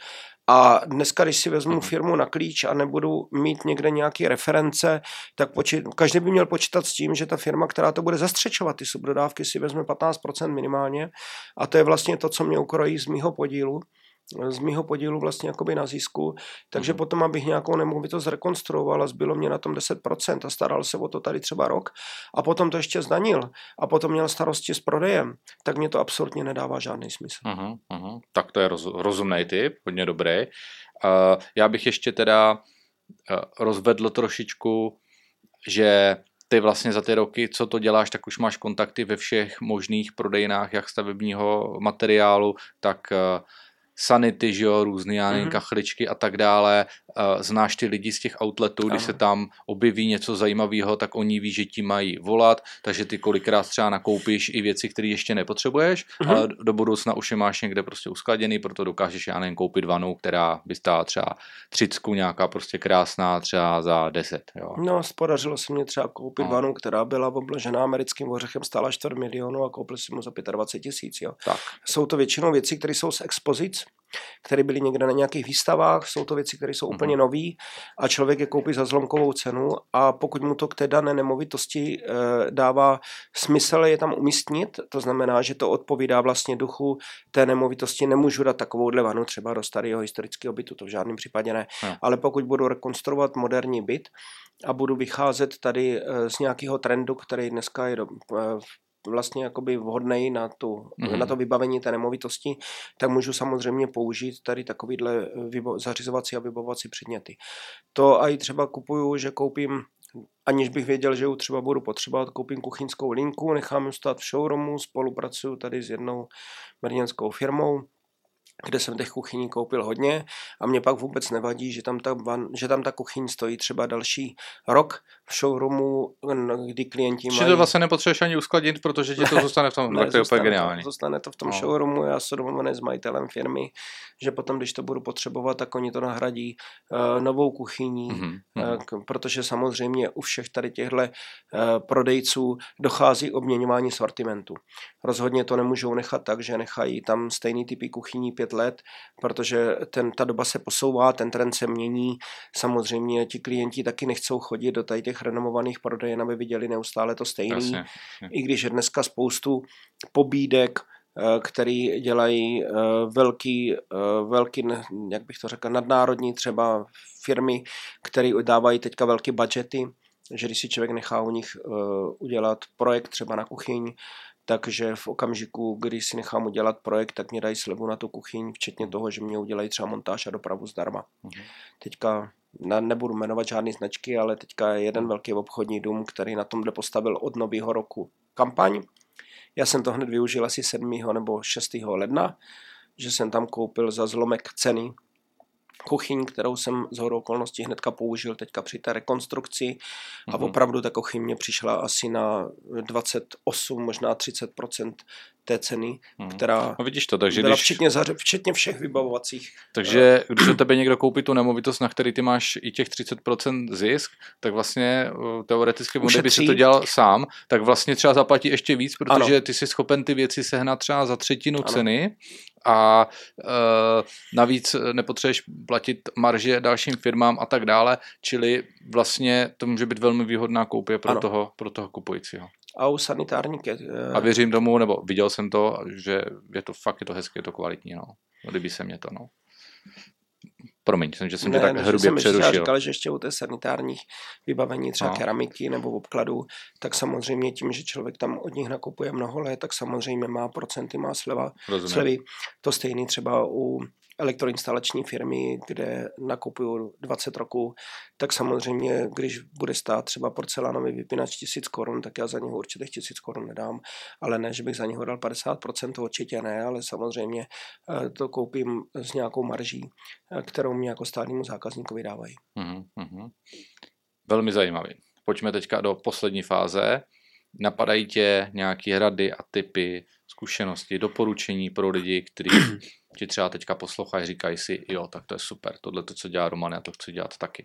A dneska, když si vezmu firmu na klíč a nebudu mít někde nějaké reference, tak počít, každý by měl počítat s tím, že ta firma, která to bude zastřečovat, ty subdodávky, si vezme patnáct procent minimálně. A to je vlastně to, co mě ukrojí z mýho podílu. z mýho podílu vlastně jakoby na zisku, takže mm. potom, abych nějakou nemovitost zrekonstruoval a zbylo mě na tom deset procent a staral se o to tady třeba rok a potom to ještě zdanil a potom měl starosti s prodejem, tak mě to absolutně nedává žádný smysl. Uh-huh, uh-huh. Tak to je roz, rozumnej tip, hodně dobrý. Uh, já bych ještě teda uh, rozvedl trošičku, že ty vlastně za ty roky, co to děláš, tak už máš kontakty ve všech možných prodejnách, jak stavebního materiálu, tak uh, sanity, že jo, různý, já nevím, mm-hmm. kachličky a tak dále. Uh, znáš ty lidi z těch outletů, když se tam objeví něco zajímavého, tak oni ví, že ti mají volat, takže ty kolikrát třeba nakoupíš i věci, které ještě nepotřebuješ, mm-hmm. ale do budoucna už je máš někde prostě uskladěný, proto dokážeš, já nevím, koupit vanu, která by stála třeba třicku, nějaká prostě krásná, třeba za deset, jo. No, podařilo se mě třeba koupit no. vanu, která byla obložená americkým ořechem, stála čtvrt milionu a koupil si mu za dvacet pět tisíc, jo. Tak. Jsou to většinou věci, které jsou z expozic, které byly někde na nějakých výstavách, jsou to věci, které jsou mm-hmm. úplně nový a člověk je koupí za zlomkovou cenu a pokud mu to k té dané nemovitosti e, dává smysl je tam umístnit, to znamená, že to odpovídá vlastně duchu té nemovitosti, nemůžu dát takovouhle vanu třeba do starého historického bytu, to v žádném případě ne, mm. ale pokud budu rekonstruovat moderní byt a budu vycházet tady e, z nějakého trendu, který dneska je do, e, vlastně jakoby vhodnej na, tu, mm-hmm. na to vybavení té nemovitosti, tak můžu samozřejmě použít tady takovýhle vybo- zařizovací a vybavovací předměty. To i třeba kupuju, že koupím, aniž bych věděl, že ji třeba budu potřebovat, koupím kuchyňskou linku, nechám ji stát v showroomu, spolupracuju tady s jednou brněnskou firmou, kde jsem těch kuchyní koupil hodně a mě pak vůbec nevadí, že tam ta, van, že tam ta kuchyň stojí třeba další rok v showroomu, kdy klienti mají... Či to vlastně nepotřebuješ ani uskladit, protože ti to zůstane v tom, ne, tak to je úplně geniální. Zůstane to v tom no. showroomu, já se domluvený s majitelem firmy, že potom, když to budu potřebovat, tak oni to nahradí uh, novou kuchyní, mm-hmm. uh, protože samozřejmě u všech tady těchto uh, prodejců dochází k obměňování sortimentu. Rozhodně to nemůžou nechat tak, že nechají tam stejný typy kuchyní pět let, protože ten, ta doba se posouvá, ten trend se mění. Samozřejmě ti klienti taky nechcou chodit do tady těch renomovaných prodejen, aby viděli neustále to stejný. Jasně, jasně. I když je dneska spoustu pobídek, který dělají velký, velký, jak bych to řekl, nadnárodní třeba firmy, které dávají teďka velké budžety, že když si člověk nechá u nich udělat projekt třeba na kuchyň, takže v okamžiku, kdy si nechám udělat projekt, tak mě dají slevu na tu kuchyň, včetně toho, že mě udělají třeba montáž a dopravu zdarma. Mhm. Teďka nebudu jmenovat žádný značky, ale teďka je jeden velký obchodní dům, který na tomhle postavil od nového roku kampaň. Já jsem to hned využil asi sedmého nebo šestého ledna, že jsem tam koupil za zlomek ceny kuchyň, kterou jsem z hodou okolností hnedka použil teďka při té rekonstrukci mm-hmm. a opravdu ta kuchyň mě přišla asi na dvacet osm, možná třicet procent té ceny, hmm. která no vidíš to, takže byla když... včetně, zaře, včetně všech vybavovacích. Takže když od tebe někdo koupí tu nemovitost, na který ty máš i těch třicet procent zisk, tak vlastně teoreticky, kdyby si to dělal sám, tak vlastně třeba zaplatí ještě víc, protože ano. ty jsi schopen ty věci sehnat třeba za třetinu ano. ceny a e, navíc nepotřebuješ platit marže dalším firmám a tak dále, čili vlastně to může být velmi výhodná koupě pro, toho, pro toho kupujícího. A u sanitárníky. A věřím tomu, nebo viděl jsem to, že je to fakt, je to hezké, je to kvalitní, no. Líbí se mě to, no. Promiň, jsem, že jsem ne, tě tak hrubě přerušil. Já říkal, že ještě u té sanitárních vybavení, třeba no. keramiky nebo obkladů, tak samozřejmě tím, že člověk tam od nich nakupuje mnoho let, tak samozřejmě má procenty, má sleva, slevy. To stejný třeba u elektroinstalační firmy, kde nakupuju dvacet roků, tak samozřejmě, když bude stát třeba porcelánový vypínač tisíc korun, tak já za něho určitě tisíc korun nedám, ale ne, že bych za něho dal padesát procent, to určitě ne, ale samozřejmě to koupím s nějakou marží, kterou mi jako státnímu zákazníkovi dávají. Mm-hmm. Velmi zajímavý. Pojďme teďka do poslední fáze. Napadají tě nějaké rady a tipy, zkušenosti, doporučení pro lidi, kteří ti třeba teďka poslouchají, říkají si, jo, tak to je super, tohle to, co dělá Roman, já to chci dělat taky.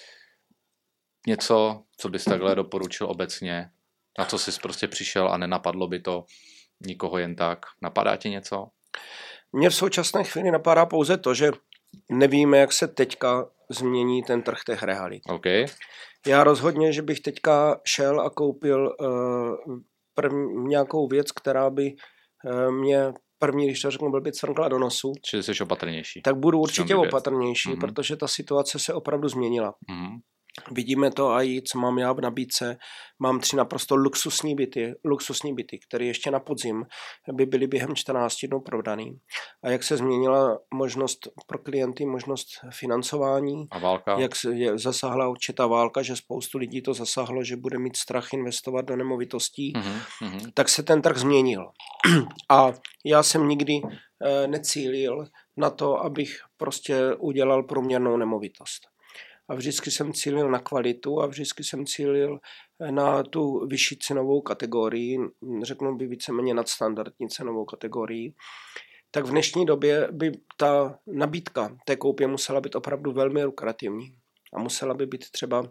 Něco, co bys takhle doporučil obecně, na co jsi prostě přišel a nenapadlo by to nikoho jen tak. Napadá ti něco? Mně v současné chvíli napadá pouze to, že nevíme, jak se teďka změní ten trh těch realit. Okay. Já rozhodně, že bych teďka šel a koupil uh, prv, nějakou věc, která by uh, mě první, když to řeknu, byl by crnkla do nosu. Čili jsi opatrnější. Tak budu určitě opatrnější, mm-hmm. protože ta situace se opravdu změnila. Mm-hmm. Vidíme to i, co mám já v nabídce. Mám tři naprosto luxusní byty, luxusní byty, které ještě na podzim by byly během čtrnácti dnů prodaný. A jak se změnila možnost pro klienty, možnost financování. A válka. Jak se je, zasáhla určitá válka, že spoustu lidí to zasáhlo, že bude mít strach investovat do nemovitostí, mm-hmm. tak se ten trh změnil. A já jsem nikdy e, necílil na to, abych prostě udělal průměrnou nemovitost. A vždycky jsem cílil na kvalitu a vždycky jsem cílil na tu vyšší cenovou kategorii, řeknu by víceméně nadstandardní cenovou kategorii. Tak v dnešní době by ta nabídka té koupě musela být opravdu velmi lukrativní. A musela by být třeba,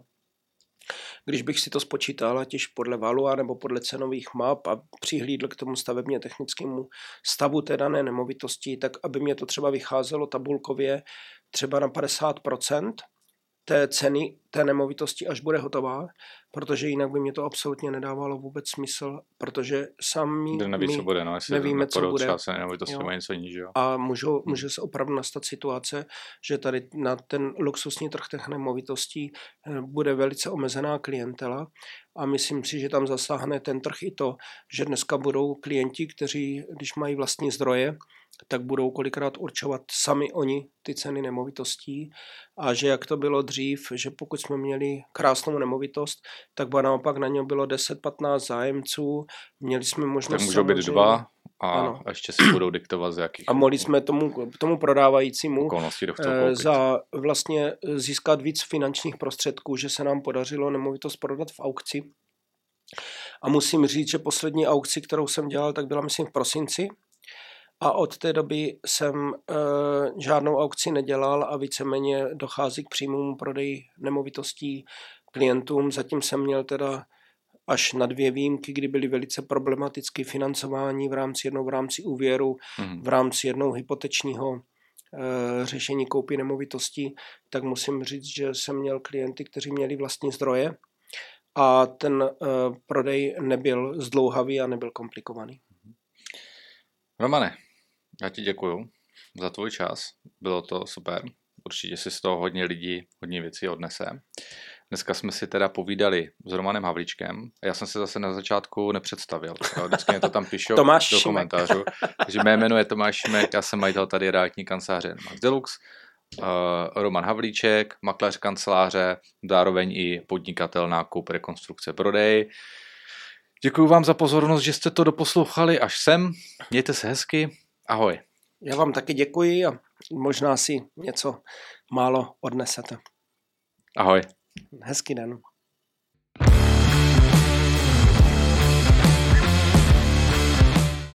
když bych si to spočítal, ať již podle valua nebo podle cenových map a přihlídl k tomu stavebně technickému stavu té dané nemovitosti, tak aby mě to třeba vycházelo tabulkově třeba na padesát procent té ceny té nemovitosti, až bude hotová, protože jinak by mě to absolutně nedávalo vůbec smysl, protože sami neví, my co bude, no, nevíme, co bude. Něco níž, jo. A můžu, může se opravdu nastat situace, že tady na ten luxusní trh těch nemovitostí bude velice omezená klientela a myslím si, že tam zasáhne ten trh i to, že dneska budou klienti, kteří, když mají vlastní zdroje, tak budou kolikrát určovat sami oni ty ceny nemovitostí a že jak to bylo dřív, že pokud jsme měli krásnou nemovitost, tak ba naopak na něm bylo deset patnáct zájemců, měli jsme možnost... Tak můžou být dva a ano. ještě si budou diktovat z jakých... A mohli jsme tomu, tomu prodávajícímu e, za vlastně získat víc finančních prostředků, že se nám podařilo nemovitost prodat v aukci. A musím říct, že poslední aukci, kterou jsem dělal, tak byla myslím v prosinci. A od té doby jsem e, žádnou aukci nedělal a víceméně dochází k přímému prodeji nemovitostí klientům. Zatím jsem měl teda až na dvě výjimky, kdy byly velice problematické financování v rámci jednou v rámci úvěru, mm. v rámci jednou hypotečního e, řešení koupy nemovitostí, tak musím říct, že jsem měl klienty, kteří měli vlastní zdroje a ten e, prodej nebyl zdlouhavý a nebyl komplikovaný. Romane, já ti děkuju za tvůj čas, bylo to super, určitě si z toho hodně lidí, hodně věcí odnese. Dneska jsme si teda povídali s Romanem Havlíčkem a já jsem se zase na začátku nepředstavil, vždycky mě to tam píšou do komentářů. Takže mé jméno je Tomáš Šimek, já jsem majitel tady realitní kanceláře Max Deluxe, uh, Roman Havlíček, makléř kanceláře, zároveň i podnikatel nákup, rekonstrukce, prodej. Děkuji vám za pozornost, že jste to doposlouchali až sem. Mějte se hezky. Ahoj. Já vám taky děkuji a možná si něco málo odnesete. Ahoj. Hezký den.